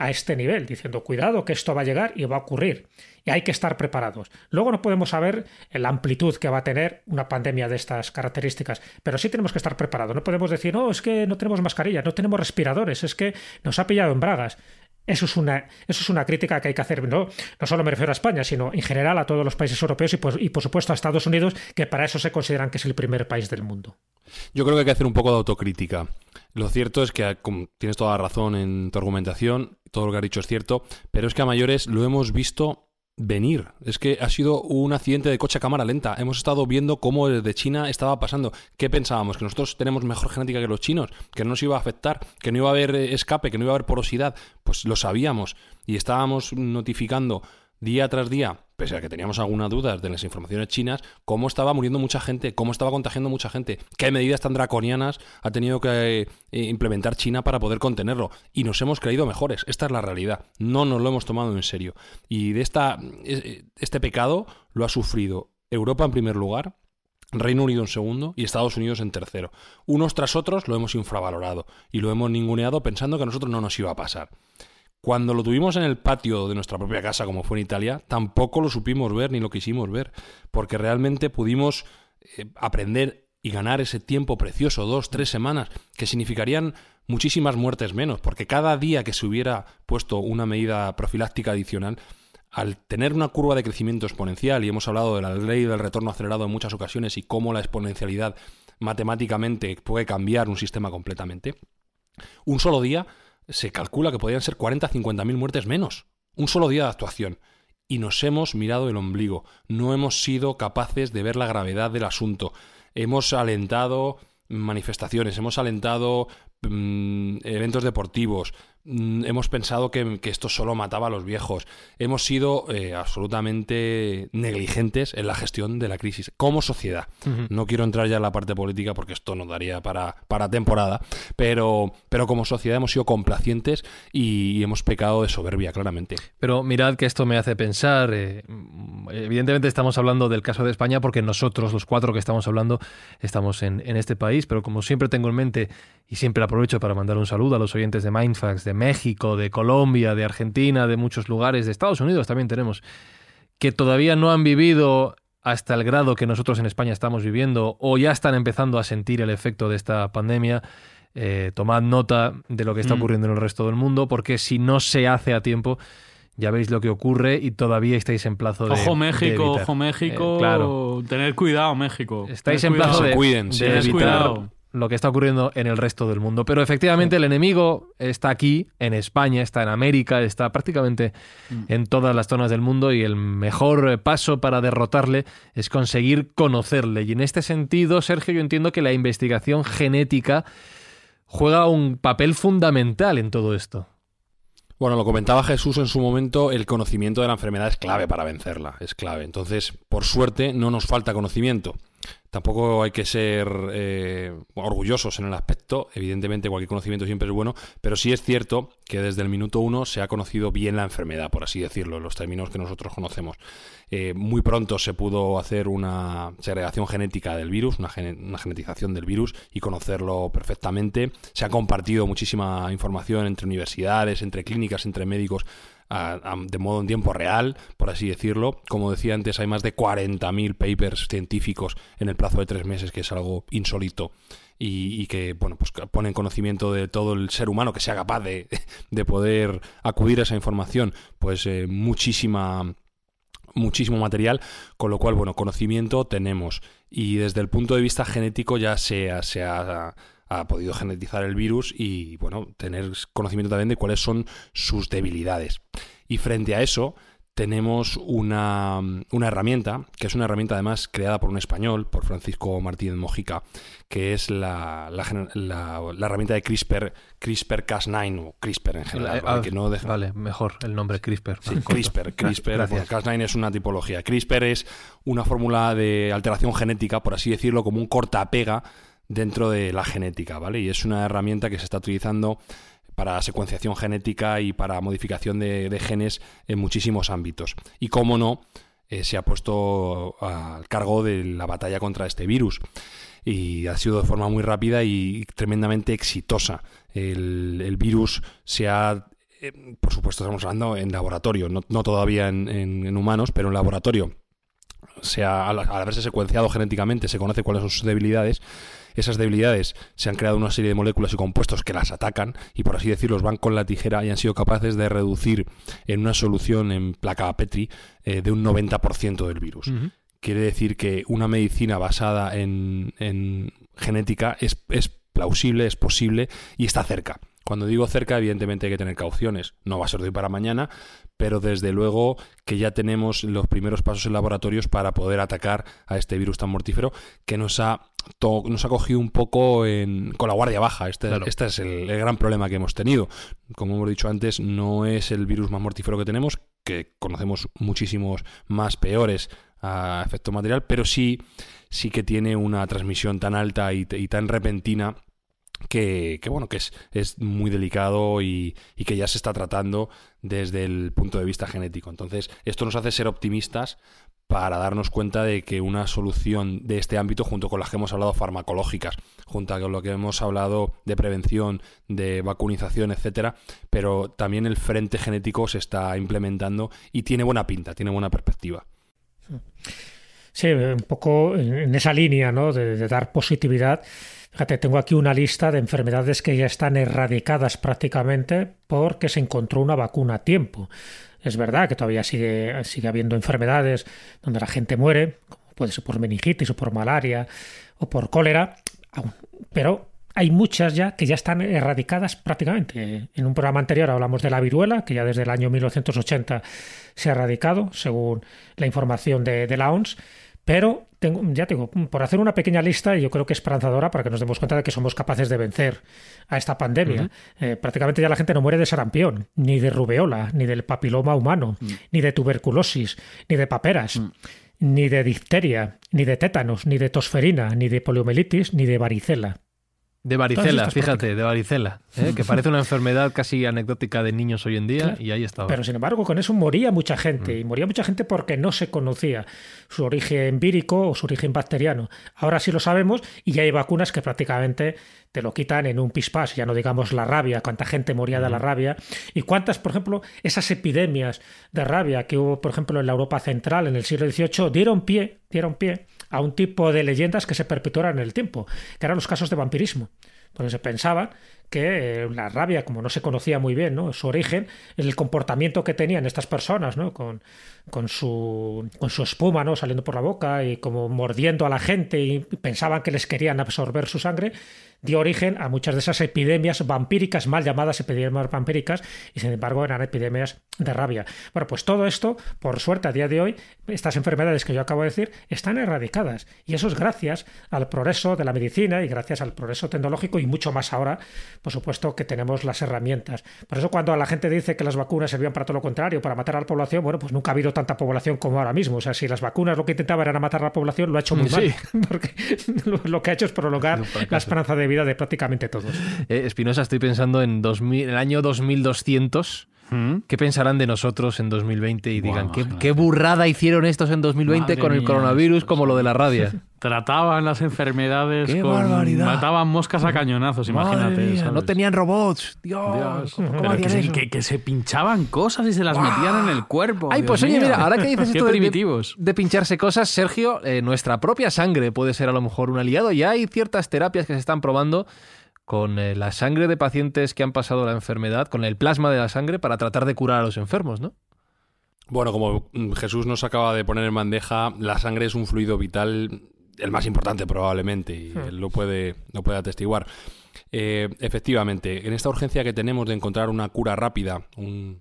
a este nivel, diciendo cuidado que esto va a llegar y va a ocurrir. Y hay que estar preparados. Luego no podemos saber la amplitud que va a tener una pandemia de estas características, pero sí tenemos que estar preparados. No podemos decir, no, es que no tenemos mascarillas, no tenemos respiradores, es que nos ha pillado en bragas. Eso es una, eso es una crítica que hay que hacer, no, no solo me refiero a España, sino en general a todos los países europeos y, pues, y por supuesto a Estados Unidos, que para eso se consideran que es el primer país del mundo. Yo creo que hay que hacer un poco de autocrítica. Lo cierto es que como tienes toda la razón en tu argumentación, todo lo que has dicho es cierto, pero es que a mayores lo hemos visto venir. Es que ha sido un accidente de coche a cámara lenta. Hemos estado viendo cómo desde China estaba pasando. ¿Qué pensábamos? ¿Que nosotros tenemos mejor genética que los chinos? ¿Que no nos iba a afectar? ¿Que no iba a haber escape? ¿Que no iba a haber porosidad? Pues lo sabíamos y estábamos notificando día tras día, pese a que teníamos algunas dudas de las informaciones chinas, cómo estaba muriendo mucha gente, cómo estaba contagiando mucha gente, qué medidas tan draconianas ha tenido que eh, implementar China para poder contenerlo. Y nos hemos creído mejores. Esta es la realidad. No nos lo hemos tomado en serio. Y de esta, este pecado lo ha sufrido Europa en primer lugar, Reino Unido en segundo y Estados Unidos en tercero. Unos tras otros lo hemos infravalorado y lo hemos ninguneado pensando que a nosotros no nos iba a pasar. Cuando lo tuvimos en el patio de nuestra propia casa, como fue en Italia, tampoco lo supimos ver ni lo quisimos ver, porque realmente pudimos eh, aprender y ganar ese tiempo precioso, dos, tres semanas, que significarían muchísimas muertes menos, porque cada día que se hubiera puesto una medida profiláctica adicional, al tener una curva de crecimiento exponencial, y hemos hablado de la ley del retorno acelerado en muchas ocasiones y cómo la exponencialidad matemáticamente puede cambiar un sistema completamente, un solo día se calcula que podrían ser cuarenta a cincuenta mil muertes menos. Un solo día de actuación. Y nos hemos mirado el ombligo. No hemos sido capaces de ver la gravedad del asunto. Hemos alentado manifestaciones, hemos alentado mmm, eventos deportivos, mmm, hemos pensado que, que esto solo mataba a los viejos. Hemos sido eh, absolutamente negligentes en la gestión de la crisis como sociedad. Uh-huh. No quiero entrar ya en la parte política porque esto nos daría para, para temporada, pero, pero como sociedad hemos sido complacientes y, y hemos pecado de soberbia, claramente. Pero mirad que esto me hace pensar, eh, evidentemente estamos hablando del caso de España porque nosotros, los cuatro que estamos hablando, estamos en, en este país, pero como siempre tengo en mente y siempre aprovecho para mandar un saludo a los oyentes de Mindfax, de México, de Colombia, de Argentina, de muchos lugares, de Estados Unidos también tenemos, que todavía no han vivido hasta el grado que nosotros en España estamos viviendo o ya están empezando a sentir el efecto de esta pandemia. Eh, tomad nota de lo que está ocurriendo mm. en el resto del mundo, porque si no se hace a tiempo, ya veis lo que ocurre y todavía estáis en plazo de Ojo México, de ojo México, eh, claro. Tener cuidado México. Estáis tener en plazo cuidado. de, Cuiden, de sí. evitar cuidado. lo que está ocurriendo en el resto del mundo. Pero efectivamente el enemigo está aquí, en España, está en América, está prácticamente mm. en todas las zonas del mundo y el mejor paso para derrotarle es conseguir conocerle. Y en este sentido, Sergio, yo entiendo que la investigación genética juega un papel fundamental en todo esto. Bueno, lo comentaba Jesús en su momento, el conocimiento de la enfermedad es clave para vencerla, es clave. Entonces, por suerte, no nos falta conocimiento. Tampoco hay que ser eh, orgullosos en el aspecto. Evidentemente, cualquier conocimiento siempre es bueno, pero sí es cierto que desde el minuto uno se ha conocido bien la enfermedad, por así decirlo, en los términos que nosotros conocemos. Eh, muy pronto se pudo hacer una segregación genética del virus, una, gen- una genetización del virus y conocerlo perfectamente. Se ha compartido muchísima información entre universidades, entre clínicas, entre médicos, A, a, de modo en tiempo real, por así decirlo. Como decía antes, hay más de cuarenta mil papers científicos en el plazo de tres meses, que es algo insólito y, y que bueno, pues pone en conocimiento de todo el ser humano que sea capaz de, de poder acudir a esa información, pues eh, muchísima muchísimo material, con lo cual, bueno, conocimiento tenemos. Y desde el punto de vista genético ya se, se ha... ha podido genetizar el virus y, bueno, tener conocimiento también de cuáles son sus debilidades. Y frente a eso tenemos una, una herramienta, que es una herramienta además creada por un español, por Francisco Martínez Mojica, que es la, la, la, la herramienta de CRISPR, CRISPR Cas nueve o CRISPR en general. Ah, que no deja... Vale, mejor el nombre CRISPR. Sí, CRISPR, CRISPR, bueno, Cas nueve es una tipología. CRISPR es una fórmula de alteración genética, por así decirlo, como un cortapega dentro de la genética, ¿vale? Y es una herramienta que se está utilizando para secuenciación genética y para modificación de, de genes en muchísimos ámbitos. Y cómo no, eh, se ha puesto al cargo de la batalla contra este virus. Y ha sido de forma muy rápida y tremendamente exitosa. El, el virus se ha eh, por supuesto estamos hablando en laboratorio, no, no todavía en, en, en humanos, pero en laboratorio, sea, al, al haberse secuenciado genéticamente, se conoce cuáles son sus debilidades. Esas debilidades se han creado una serie de moléculas y compuestos que las atacan y, por así decirlo, van con la tijera y han sido capaces de reducir en una solución en placa Petri eh, de un noventa por ciento del virus. Uh-huh. Quiere decir que una medicina basada en, en genética es, es plausible, es posible y está cerca. Cuando digo cerca, evidentemente hay que tener cauciones. No va a ser de hoy para mañana, pero desde luego que ya tenemos los primeros pasos en laboratorios para poder atacar a este virus tan mortífero que nos ha, to- nos ha cogido un poco en, con la guardia baja. Este, claro. este es el, el gran problema que hemos tenido. Como hemos dicho antes, no es el virus más mortífero que tenemos, que conocemos muchísimos más peores a efecto material, pero sí, sí que tiene una transmisión tan alta y, y tan repentina Que, que bueno, que es, es muy delicado y, y que ya se está tratando desde el punto de vista genético. Entonces, esto nos hace ser optimistas para darnos cuenta de que una solución de este ámbito, junto con las que hemos hablado farmacológicas, junto con lo que hemos hablado de prevención, de vacunación, etcétera, pero también el frente genético se está implementando y tiene buena pinta, tiene buena perspectiva. Sí, un poco en esa línea, ¿no?, de, de dar positividad. Fíjate, tengo aquí una lista de enfermedades que ya están erradicadas prácticamente porque se encontró una vacuna a tiempo. Es verdad que todavía sigue, sigue habiendo enfermedades donde la gente muere, como puede ser por meningitis o por malaria o por cólera, pero hay muchas ya que ya están erradicadas prácticamente. En un programa anterior hablamos de la viruela, que ya desde el año mil novecientos ochenta se ha erradicado, según la información de, de la O M S, pero tengo, ya tengo, por hacer una pequeña lista, yo creo que esperanzadora para que nos demos cuenta de que somos capaces de vencer a esta pandemia. Uh-huh. Eh, prácticamente ya la gente no muere de sarampión, ni de rubeola, ni del papiloma humano, uh-huh. ni de tuberculosis, ni de paperas, uh-huh. ni de difteria, ni de tétanos, ni de tosferina, ni de poliomielitis, ni de varicela. De varicela, fíjate, de varicela, ¿eh? Que parece una enfermedad casi anecdótica de niños hoy en día, claro. Y ahí estaba. Pero sin embargo, con eso moría mucha gente, mm. y moría mucha gente porque no se conocía su origen vírico o su origen bacteriano. Ahora sí lo sabemos y ya hay vacunas que prácticamente te lo quitan en un pispás, ya no digamos la rabia, cuánta gente moría mm. de la rabia, y cuántas, por ejemplo, esas epidemias de rabia que hubo, por ejemplo, en la Europa central en el siglo dieciocho, dieron pie, dieron pie a un tipo de leyendas que se perpetuaron en el tiempo, que eran los casos de vampirismo. Porque se pensaba que la rabia, como no se conocía muy bien, ¿no?, su origen, el comportamiento que tenían estas personas, ¿no?, con, con, su, con su espuma, ¿no?, saliendo por la boca y como mordiendo a la gente y pensaban que les querían absorber su sangre, dio origen a muchas de esas epidemias vampíricas, mal llamadas epidemias vampíricas, y sin embargo eran epidemias de rabia. Bueno, pues todo esto, por suerte, a día de hoy, estas enfermedades que yo acabo de decir, están erradicadas. Y eso es gracias al progreso de la medicina y gracias al progreso tecnológico y mucho más ahora, por supuesto, que tenemos las herramientas. Por eso cuando la gente dice que las vacunas servían para todo lo contrario, para matar a la población, bueno, pues nunca ha habido tanta población como ahora mismo. O sea, si las vacunas lo que intentaban era matar a la población, lo ha hecho muy sí. mal. Porque lo, lo que ha hecho es prolongar no, la esperanza de vida de prácticamente todos. Eh, Espinosa, estoy pensando en dos mil, el año dos mil doscientos. ¿Mm? ¿Qué pensarán de nosotros en dos mil veinte? Y digan, bueno, ¿qué, qué burrada hicieron estos en dos mil veinte con el mía, coronavirus, como lo de la rabia? Trataban las enfermedades ¡Qué con... barbaridad! Mataban moscas a cañonazos, imagínate. Mía, no tenían robots. Dios, Dios. ¿cómo, cómo Pero que se, que, que se pinchaban cosas y se las wow. metían en el cuerpo. Ay, Dios pues oye, mío. mira, ahora que dices esto de, primitivos. de pincharse cosas, Sergio, eh, nuestra propia sangre puede ser a lo mejor un aliado. Ya hay ciertas terapias que se están probando con eh, la sangre de pacientes que han pasado la enfermedad, con el plasma de la sangre, para tratar de curar a los enfermos, ¿no? Bueno, como Jesús nos acaba de poner en bandeja, la sangre es un fluido vital, el más importante probablemente, y él lo puede, lo puede atestiguar. Eh, efectivamente, en esta urgencia que tenemos de encontrar una cura rápida, un,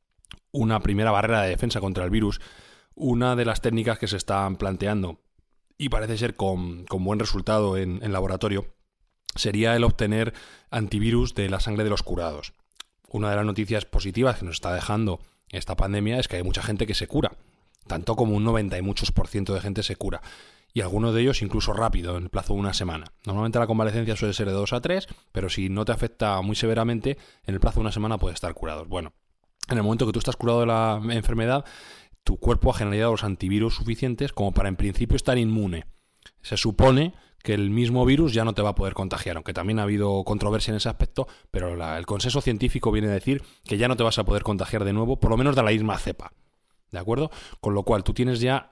una primera barrera de defensa contra el virus, una de las técnicas que se están planteando, y parece ser con, con buen resultado en, en laboratorio, sería el obtener antivirus de la sangre de los curados. Una de las noticias positivas que nos está dejando esta pandemia es que hay mucha gente que se cura, tanto como un noventa y muchos por ciento de gente se cura, y algunos de ellos incluso rápido, en el plazo de una semana. Normalmente la convalecencia suele ser de dos a tres, pero si no te afecta muy severamente, en el plazo de una semana puedes estar curados. Bueno, en el momento que tú estás curado de la enfermedad, tu cuerpo ha generado los antivirus suficientes como para en principio estar inmune. Se supone que el mismo virus ya no te va a poder contagiar, aunque también ha habido controversia en ese aspecto, pero la, el consenso científico viene a decir que ya no te vas a poder contagiar de nuevo, por lo menos de la misma cepa, ¿de acuerdo? Con lo cual tú tienes ya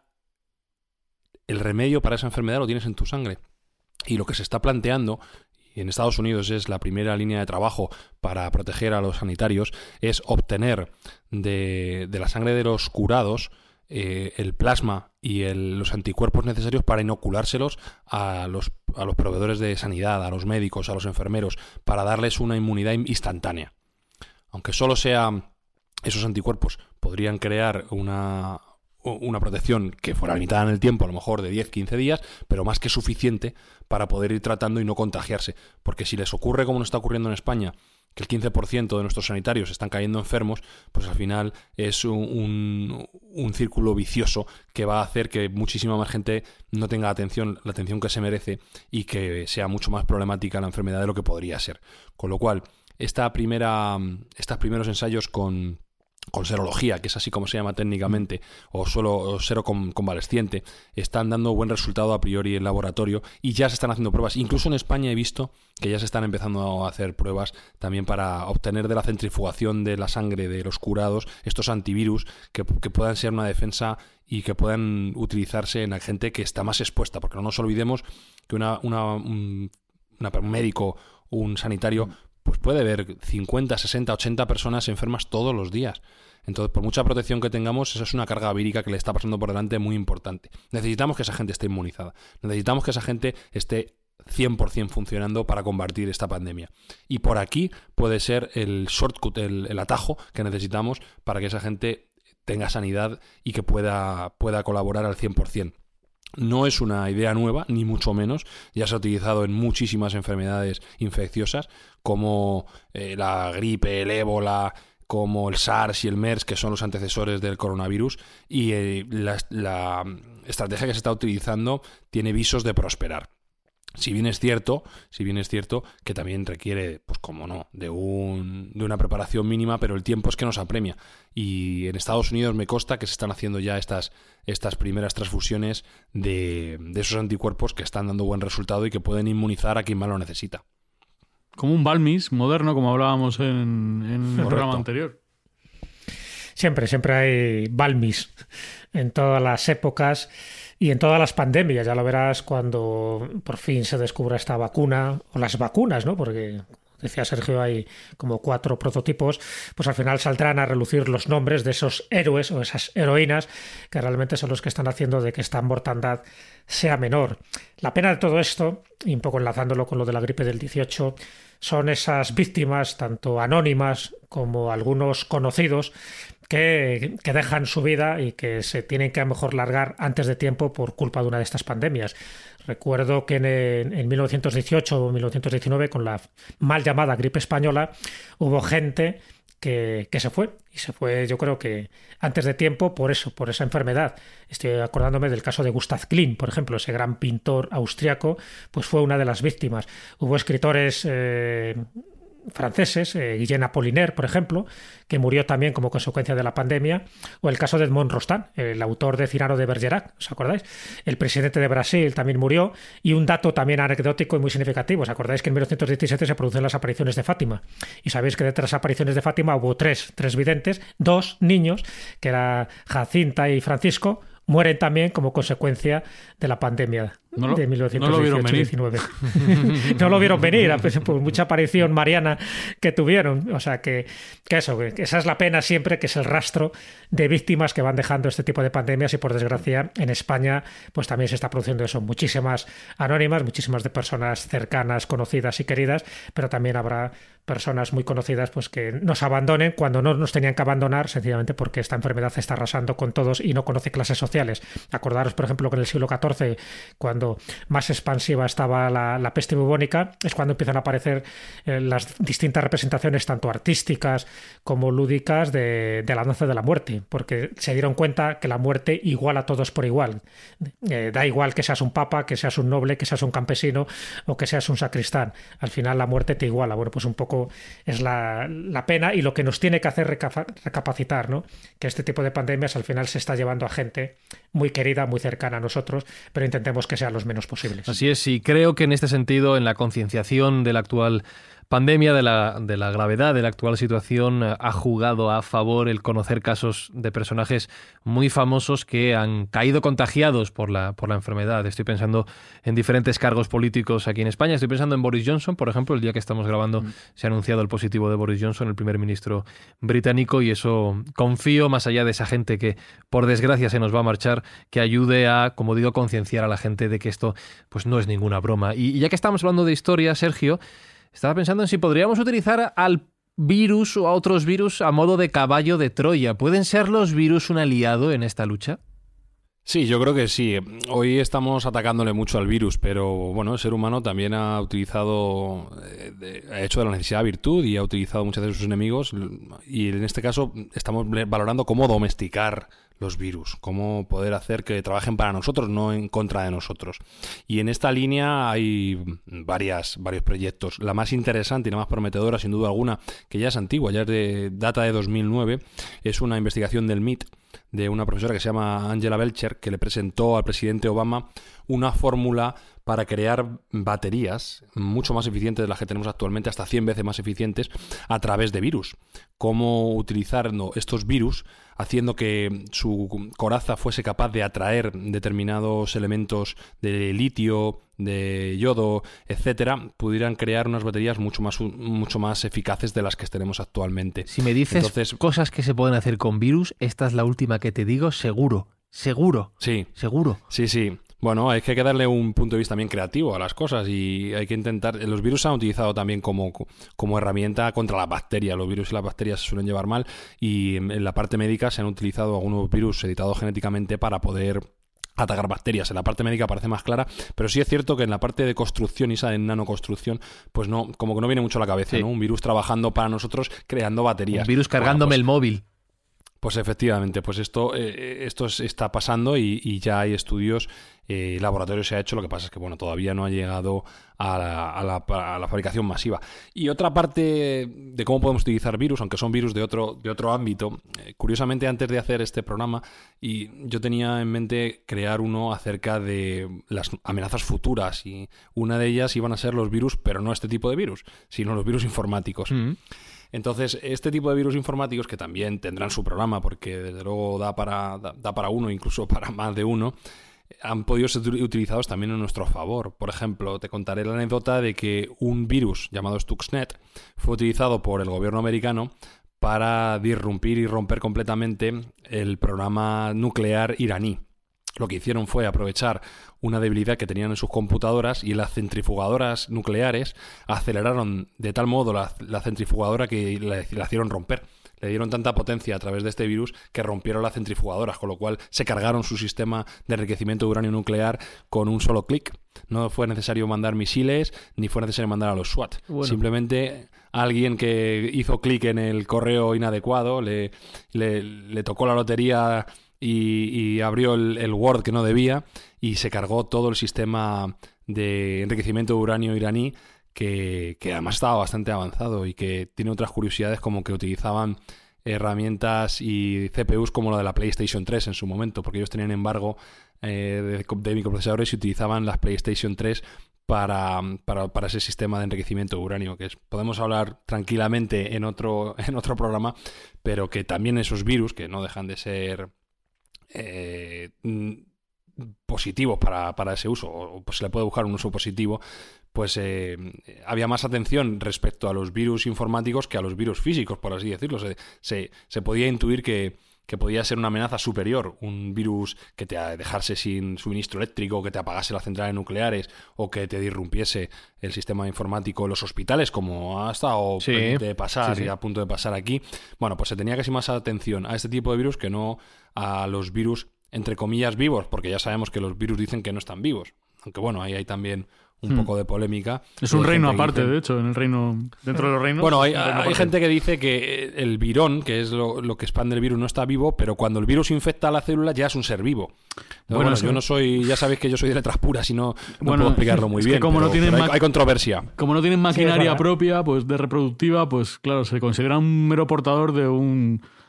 el remedio para esa enfermedad, lo tienes en tu sangre. Y lo que se está planteando, y en Estados Unidos es la primera línea de trabajo para proteger a los sanitarios, es obtener de, de la sangre de los curados eh, el plasma y el, los anticuerpos necesarios para inoculárselos a los, a los proveedores de sanidad, a los médicos, a los enfermeros, para darles una inmunidad instantánea. Aunque solo sea esos anticuerpos, podrían crear una... una protección que fuera limitada en el tiempo, a lo mejor de diez a quince días, pero más que suficiente para poder ir tratando y no contagiarse. Porque si les ocurre como nos está ocurriendo en España, que el quince por ciento de nuestros sanitarios están cayendo enfermos, pues al final es un, un, un círculo vicioso que va a hacer que muchísima más gente no tenga atención, la atención que se merece y que sea mucho más problemática la enfermedad de lo que podría ser. Con lo cual, esta primera, estos primeros ensayos con... con serología, que es así como se llama técnicamente, o solo sero convalesciente, están dando buen resultado a priori en laboratorio y ya se están haciendo pruebas. Incluso en España he visto que ya se están empezando a hacer pruebas también para obtener de la centrifugación de la sangre de los curados estos antivirus que, que puedan ser una defensa y que puedan utilizarse en la gente que está más expuesta, porque no nos olvidemos que una, una, un, una, un médico, un sanitario, pues puede haber cincuenta, sesenta, ochenta personas enfermas todos los días. Entonces, por mucha protección que tengamos, esa es una carga vírica que le está pasando por delante muy importante. Necesitamos que esa gente esté inmunizada. Necesitamos que esa gente esté cien por ciento funcionando para combatir esta pandemia. Y por aquí puede ser el shortcut, el, el atajo que necesitamos para que esa gente tenga sanidad y que pueda, pueda colaborar al cien por ciento. No es una idea nueva, ni mucho menos. Ya se ha utilizado en muchísimas enfermedades infecciosas, como eh, la gripe, el ébola, como el SARS y el MERS, que son los antecesores del coronavirus. Y eh, la, la estrategia que se está utilizando tiene visos de prosperar. Si bien es cierto, si bien es cierto que también requiere, pues como no, de un de una preparación mínima, pero el tiempo es que nos apremia. Y en Estados Unidos me consta que se están haciendo ya estas, estas primeras transfusiones de, de esos anticuerpos que están dando buen resultado y que pueden inmunizar a quien más lo necesita. Como un Balmis moderno, como hablábamos en, en el programa anterior. Siempre, siempre hay Balmis en todas las épocas y en todas las pandemias. Ya lo verás cuando por fin se descubra esta vacuna o las vacunas, ¿no? Porque, decía Sergio, hay como cuatro prototipos, pues al final saldrán a relucir los nombres de esos héroes o esas heroínas que realmente son los que están haciendo de que esta mortandad sea menor. La pena de todo esto, y un poco enlazándolo con lo de la gripe del dieciocho, son esas víctimas, tanto anónimas como algunos conocidos, que, que dejan su vida y que se tienen que a lo mejor largar antes de tiempo por culpa de una de estas pandemias. Recuerdo que en, en mil novecientos dieciocho o mil novecientos diecinueve, con la mal llamada gripe española, hubo gente que, que se fue. Y se fue, yo creo que antes de tiempo, por eso, por esa enfermedad. Estoy acordándome del caso de Gustav Klimt, por ejemplo, ese gran pintor austriaco, pues fue una de las víctimas. Hubo escritores eh, franceses, eh, Guillaume Apollinaire, por ejemplo, que murió también como consecuencia de la pandemia, o el caso de Edmond Rostand, el autor de Cyrano de Bergerac, ¿os acordáis? El presidente de Brasil también murió, y un dato también anecdótico y muy significativo, ¿os acordáis que en mil novecientos diecisiete se producen las apariciones de Fátima? Y sabéis que de las apariciones de Fátima hubo tres, tres videntes, dos niños, que era Jacinta y Francisco, mueren también como consecuencia de la pandemia no lo, de mil novecientos dieciocho diecinueve. No, no lo vieron venir, pues, por mucha aparición mariana que tuvieron. O sea, que, que eso, que esa es la pena siempre, que es el rastro de víctimas que van dejando este tipo de pandemias, y por desgracia en España pues también se está produciendo eso. Muchísimas anónimas, muchísimas de personas cercanas, conocidas y queridas, pero también habrá personas muy conocidas pues que nos abandonen cuando no nos tenían que abandonar, sencillamente porque esta enfermedad está arrasando con todos y no conoce clases sociales. Acordaros, por ejemplo, que en el siglo catorce, cuando más expansiva estaba la, la peste bubónica, es cuando empiezan a aparecer eh, las distintas representaciones, tanto artísticas como lúdicas, de, de la danza de la muerte, porque se dieron cuenta que la muerte iguala a todos por igual. Eh, da igual que seas un papa, que seas un noble, que seas un campesino o que seas un sacristán. Al final la muerte te iguala. Bueno, pues un poco es la, la pena y lo que nos tiene que hacer reca- recapacitar, ¿no? Que este tipo de pandemias al final se está llevando a gente muy querida, muy cercana a nosotros, pero intentemos que sea los menos posibles. Así es, y creo que en este sentido, en la concienciación de la actual pandemia, de la, de la gravedad de la actual situación, ha jugado a favor el conocer casos de personajes muy famosos que han caído contagiados por la, por la enfermedad. Estoy pensando en diferentes cargos políticos aquí en España. Estoy pensando en Boris Johnson, por ejemplo. El día que estamos grabando mm. se ha anunciado el positivo de Boris Johnson, el primer ministro británico, y eso confío, más allá de esa gente que por desgracia se nos va a marchar, que ayude a, como digo, concienciar a la gente de que esto pues no es ninguna broma. Y, y ya que estamos hablando de historia, Sergio, estaba pensando en si podríamos utilizar al virus o a otros virus a modo de caballo de Troya. ¿Pueden ser los virus un aliado en esta lucha? Sí, yo creo que sí. Hoy estamos atacándole mucho al virus, pero bueno, el ser humano también ha utilizado, ha hecho de la necesidad virtud y ha utilizado muchas veces sus enemigos, y en este caso estamos valorando cómo domesticar los virus, cómo poder hacer que trabajen para nosotros, no en contra de nosotros. Y en esta línea hay varias, varios proyectos. La más interesante y la más prometedora, sin duda alguna, que ya es antigua, ya es de data de dos mil nueve, es una investigación del M I T, de una profesora que se llama Angela Belcher, que le presentó al presidente Obama una fórmula para crear baterías mucho más eficientes de las que tenemos actualmente, hasta cien veces más eficientes, a través de virus. Cómo utilizar no, estos virus haciendo que su coraza fuese capaz de atraer determinados elementos de litio, de yodo, etcétera, pudieran crear unas baterías mucho más mucho más eficaces de las que tenemos actualmente. Si me dices Entonces, cosas que se pueden hacer con virus, esta es la última que te digo, seguro, seguro, sí, seguro. Sí, sí. Bueno, es que hay que darle un punto de vista también creativo a las cosas y hay que intentar... Los virus se han utilizado también como, como herramienta contra las bacterias. Los virus y las bacterias se suelen llevar mal, y en la parte médica se han utilizado algunos virus editados genéticamente para poder atacar bacterias. En la parte médica parece más clara, pero sí es cierto que en la parte de construcción y esa en nanoconstrucción, pues no, como que no viene mucho a la cabeza, sí. ¿no? Un virus trabajando para nosotros, creando baterías. Un virus cargándome bueno, pues, el móvil. Pues efectivamente, pues esto, eh, esto está pasando y, y ya hay estudios, eh, laboratorio se ha hecho, lo que pasa es que bueno, todavía no ha llegado a la, a, la, a la fabricación masiva. Y otra parte de cómo podemos utilizar virus, aunque son virus de otro, de otro ámbito, eh, curiosamente antes de hacer este programa, y yo tenía en mente crear uno acerca de las amenazas futuras, y una de ellas iban a ser los virus, pero no este tipo de virus, sino los virus informáticos. Mm-hmm. Entonces, este tipo de virus informáticos, que también tendrán su programa, porque desde luego da para, da, da para uno, incluso para más de uno, han podido ser utilizados también en nuestro favor. Por ejemplo, te contaré la anécdota de que un virus llamado Stuxnet fue utilizado por el gobierno americano para disrumpir y romper completamente el programa nuclear iraní. Lo que hicieron fue aprovechar una debilidad que tenían en sus computadoras, y las centrifugadoras nucleares aceleraron de tal modo la, la centrifugadora que la, la hicieron romper. Le dieron tanta potencia a través de este virus que rompieron las centrifugadoras, con lo cual se cargaron su sistema de enriquecimiento de uranio nuclear con un solo clic. No fue necesario mandar misiles, ni fue necesario mandar a los SWAT. Bueno. Simplemente alguien que hizo clic en el correo inadecuado, le, le, le tocó la lotería y, y abrió el, el Word que no debía, y se cargó todo el sistema de enriquecimiento de uranio iraní, que, que además estaba bastante avanzado y que tiene otras curiosidades, como que utilizaban herramientas y C P Us como la de la PlayStation tres en su momento, porque ellos tenían embargo eh, de, de microprocesadores y utilizaban las PlayStation tres para, para, para ese sistema de enriquecimiento de uranio, que es, podemos hablar tranquilamente en otro, en otro programa, pero que también esos virus, que no dejan de ser eh, positivos para, para ese uso, o pues se le puede buscar un uso positivo, pues eh, había más atención respecto a los virus informáticos que a los virus físicos, por así decirlo. Se, se, se podía intuir que, que podía ser una amenaza superior, un virus que te dejase sin suministro eléctrico, que te apagase las centrales nucleares, o que te disrumpiese el sistema informático en los hospitales, como ha estado sí, de pasar sí, sí. y a punto de pasar aquí. Bueno, pues se tenía casi más atención a este tipo de virus que no a los virus, entre comillas, vivos, porque ya sabemos que los virus dicen que no están vivos. Aunque bueno, ahí hay también un hmm. poco de polémica. Es un reino aparte, dice... de hecho, en el reino, dentro de los reinos. Bueno, hay, hay gente que dice que el virón, que es lo, lo que expande el virus, no está vivo, pero cuando el virus infecta a la célula ya es un ser vivo. Bueno, bueno yo no soy, ya sabéis que yo soy de letras puras y no, no bueno, puedo explicarlo muy bien. Como pero, no tienen pero hay, ma- hay controversia. Como no tienen maquinaria sí, propia, pues de reproductiva, pues claro, se considera un mero portador de un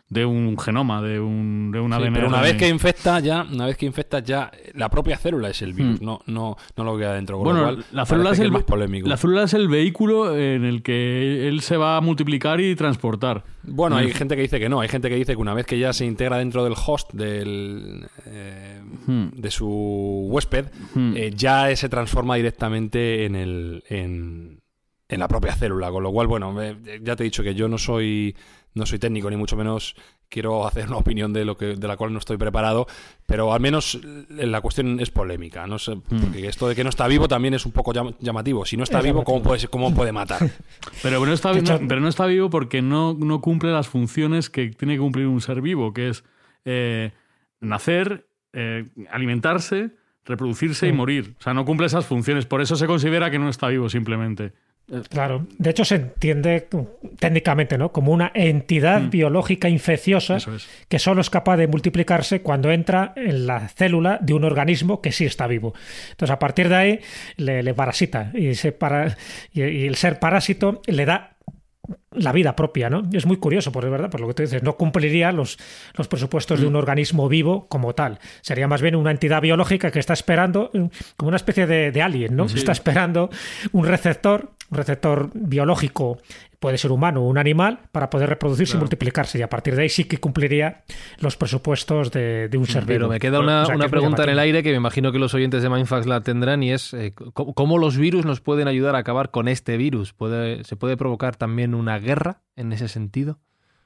de un genoma, de un, de un A D N. Sí, pero una vez que infecta ya, una vez que infectas ya, la propia célula es el virus, mm. no, no, no lo que queda dentro. Con bueno, lo cual, la célula es el, es más polémico. La célula es el vehículo en el que él se va a multiplicar y transportar. Bueno, hay gente que dice que no, hay gente que dice que una vez que ya se integra dentro del host del, eh, hmm. de su huésped, hmm. eh, ya se transforma directamente en el en, en la propia célula, con lo cual, bueno, eh, ya te he dicho que yo no soy no soy técnico ni mucho menos quiero hacer una opinión de lo que de la cual no estoy preparado, pero al menos la cuestión es polémica, no sé, hmm. porque esto de que no está vivo también es un poco llamativo. Si no está es vivo, ¿cómo puede cómo puede matar? Pero no está no, pero no está vivo porque no no cumple las funciones que tiene que cumplir un ser vivo, que es eh, nacer, eh, alimentarse, reproducirse sí. y morir. O sea, no cumple esas funciones. Por eso se considera que no está vivo simplemente. Claro, de hecho se entiende técnicamente, ¿no?, como una entidad mm. biológica infecciosa es. que solo es capaz de multiplicarse cuando entra en la célula de un organismo que sí está vivo. Entonces, a partir de ahí le, le parasita y, se para, y, y el ser parásito le da la vida propia, ¿no? Es muy curioso, por verdad, por lo que tú dices, no cumpliría los, los presupuestos mm. de un organismo vivo como tal. Sería más bien una entidad biológica que está esperando, como una especie de, de alien, ¿no? Sí. Está esperando un receptor, un receptor biológico, puede ser humano o un animal, para poder reproducirse claro. y multiplicarse, y a partir de ahí sí que cumpliría los presupuestos de, de un ser vivo. Pero me queda una, o sea, una pregunta en el aire que me imagino que los oyentes de Mindfax la tendrán, y es eh, ¿cómo los virus nos pueden ayudar a acabar con este virus? ¿Puede, ¿Se puede provocar también una guerra en ese sentido?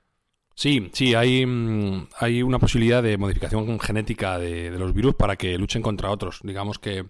Sí, sí, hay, hay una posibilidad de modificación genética de, de los virus para que luchen contra otros. Digamos que,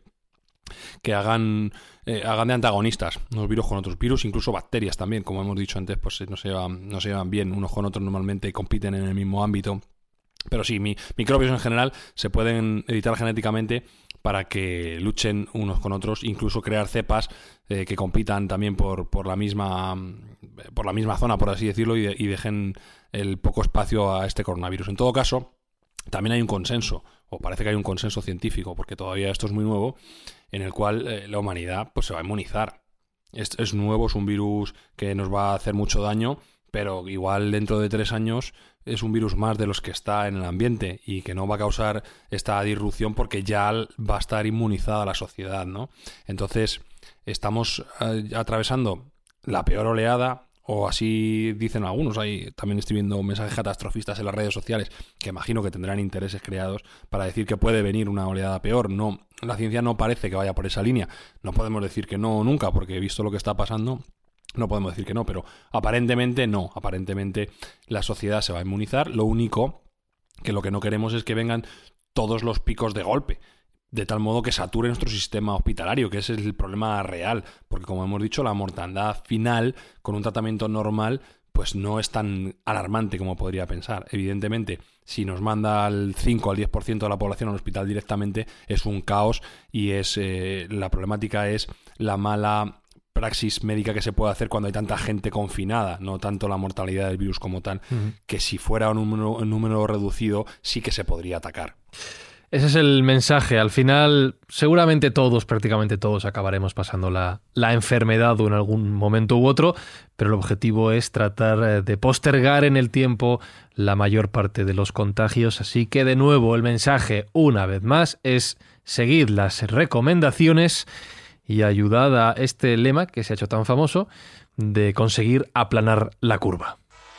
que hagan, eh, hagan de antagonistas unos virus con otros virus, incluso bacterias también. Como hemos dicho antes, pues no se llevan, no se llevan bien unos con otros normalmente y compiten en el mismo ámbito. Pero sí, mi, microbios en general se pueden editar genéticamente para que luchen unos con otros, incluso crear cepas eh, que compitan también por, por la misma por la misma zona, por así decirlo, y, de, y dejen el poco espacio a este coronavirus. En todo caso, también hay un consenso, o parece que hay un consenso científico, porque todavía esto es muy nuevo, en el cual eh, la humanidad pues se va a inmunizar. Es, es nuevo, es un virus que nos va a hacer mucho daño, pero igual dentro de tres años es un virus más de los que está en el ambiente y que no va a causar esta disrupción porque ya va a estar inmunizada la sociedad, ¿no? Entonces, estamos eh, atravesando la peor oleada, o así dicen algunos. Ahí también estoy viendo mensajes catastrofistas en las redes sociales que imagino que tendrán intereses creados para decir que puede venir una oleada peor. No, la ciencia no parece que vaya por esa línea. No podemos decir que no nunca, porque visto lo que está pasando, no podemos decir que no, pero aparentemente no. Aparentemente la sociedad se va a inmunizar. Lo único que lo que no queremos es que vengan todos los picos de golpe, de tal modo que sature nuestro sistema hospitalario, que ese es el problema real, porque como hemos dicho, la mortandad final con un tratamiento normal pues no es tan alarmante como podría pensar. Evidentemente, si nos manda al cinco al diez por ciento de la población al hospital directamente, es un caos, y es eh, la problemática es la mala praxis médica que se puede hacer cuando hay tanta gente confinada, no tanto la mortalidad del virus como tal, uh-huh. que si fuera un número, un número reducido sí que se podría atacar. Ese es el mensaje. Al final, seguramente todos, prácticamente todos, acabaremos pasando la, la enfermedad o en algún momento u otro, pero el objetivo es tratar de postergar en el tiempo la mayor parte de los contagios. Así que, de nuevo, el mensaje, una vez más, es seguid las recomendaciones y ayudad a este lema que se ha hecho tan famoso de conseguir aplanar la curva.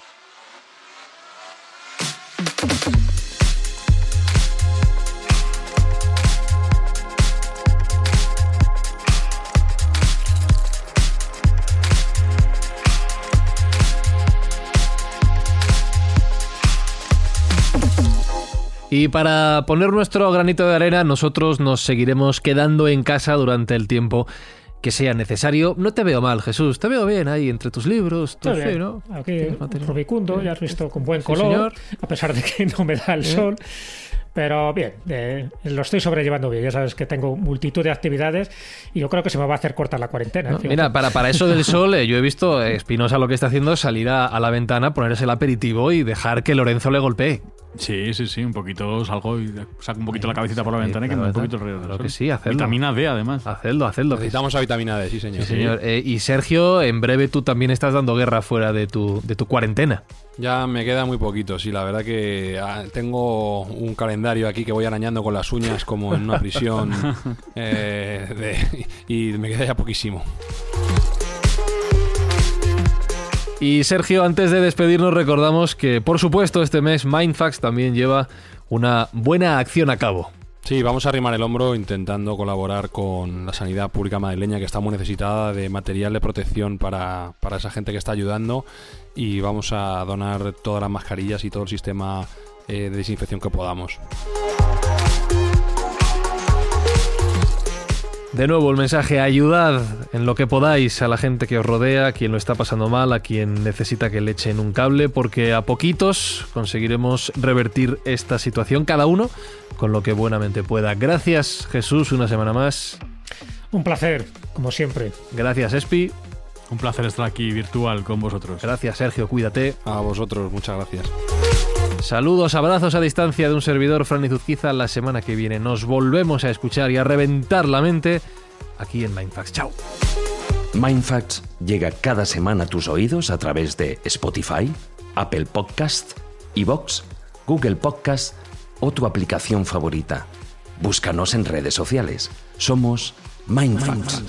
Y para poner nuestro granito de arena, nosotros nos seguiremos quedando en casa durante el tiempo que sea necesario. No te veo mal, Jesús, te veo bien ahí entre tus libros. Tu fe, ¿no? Aquí rubicundo, ya has visto con buen color, sí, a pesar de que no me da el ¿Eh? sol. Pero bien, eh, lo estoy sobrellevando bien. Ya sabes que tengo multitud de actividades y yo creo que se me va a hacer corta la cuarentena. No, mira, para, para eso del sol, eh, yo he visto eh, Espinosa lo que está haciendo es salir a, a la ventana, ponerse el aperitivo y dejar que Lorenzo le golpee. Sí, sí, sí, un poquito salgo y saco un poquito la cabecita por la Sí, ventana y que claro, me un claro. poquito el río del Claro sol. que sí, hacedlo. Vitamina D, además. Hacedlo, hacedlo. que Necesitamos la vitamina D, sí, señor. Sí, señor. Eh, y Sergio, en breve tú también estás dando guerra fuera de tu, de tu cuarentena. Ya me queda muy poquito, sí, la verdad que ah, tengo un calendario aquí que voy arañando con las uñas como en una prisión eh, de- y me queda ya poquísimo. Y Sergio, antes de despedirnos, recordamos que, por supuesto, este mes Mindfax también lleva una buena acción a cabo. Sí, vamos a arrimar el hombro intentando colaborar con la sanidad pública madrileña, que está muy necesitada de material de protección para, para esa gente que está ayudando, y vamos a donar todas las mascarillas y todo el sistema eh, de desinfección que podamos. De nuevo el mensaje: ayudad en lo que podáis a la gente que os rodea, a quien lo está pasando mal, a quien necesita que le echen un cable, porque a poquitos conseguiremos revertir esta situación, cada uno con lo que buenamente pueda. Gracias, Jesús, una semana más. Un placer, como siempre. Gracias, Espi. Un placer estar aquí virtual con vosotros. Gracias, Sergio, cuídate. A vosotros, muchas gracias. Saludos, abrazos a distancia de un servidor, Fran Izuzquiza. La semana que viene nos volvemos a escuchar y a reventar la mente aquí en Mindfax. Chao. Mindfacts llega cada semana a tus oídos a través de Spotify, Apple Podcast, iVoox, Google Podcast o tu aplicación favorita. Búscanos en redes sociales. Somos Mindfacts.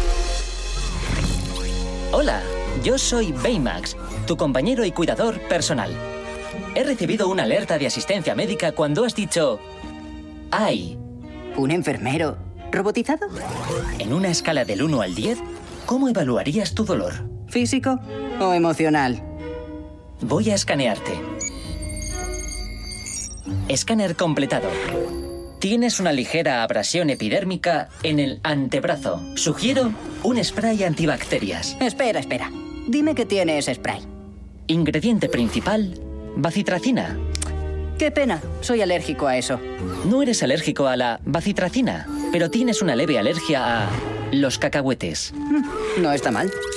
Hola, yo soy Baymax, tu compañero y cuidador personal. He recibido una alerta de asistencia médica cuando has dicho ¡ay! ¿Un enfermero robotizado? En una escala del uno al diez, ¿cómo evaluarías tu dolor? ¿Físico o emocional? Voy a escanearte. Escáner completado. Tienes una ligera abrasión epidérmica en el antebrazo. Sugiero un spray antibacterias. Espera, espera. Dime que tiene ese spray. Ingrediente principal, bacitracina. Qué pena, soy alérgico a eso. No eres alérgico a la bacitracina, pero tienes una leve alergia a los cacahuetes. No está mal.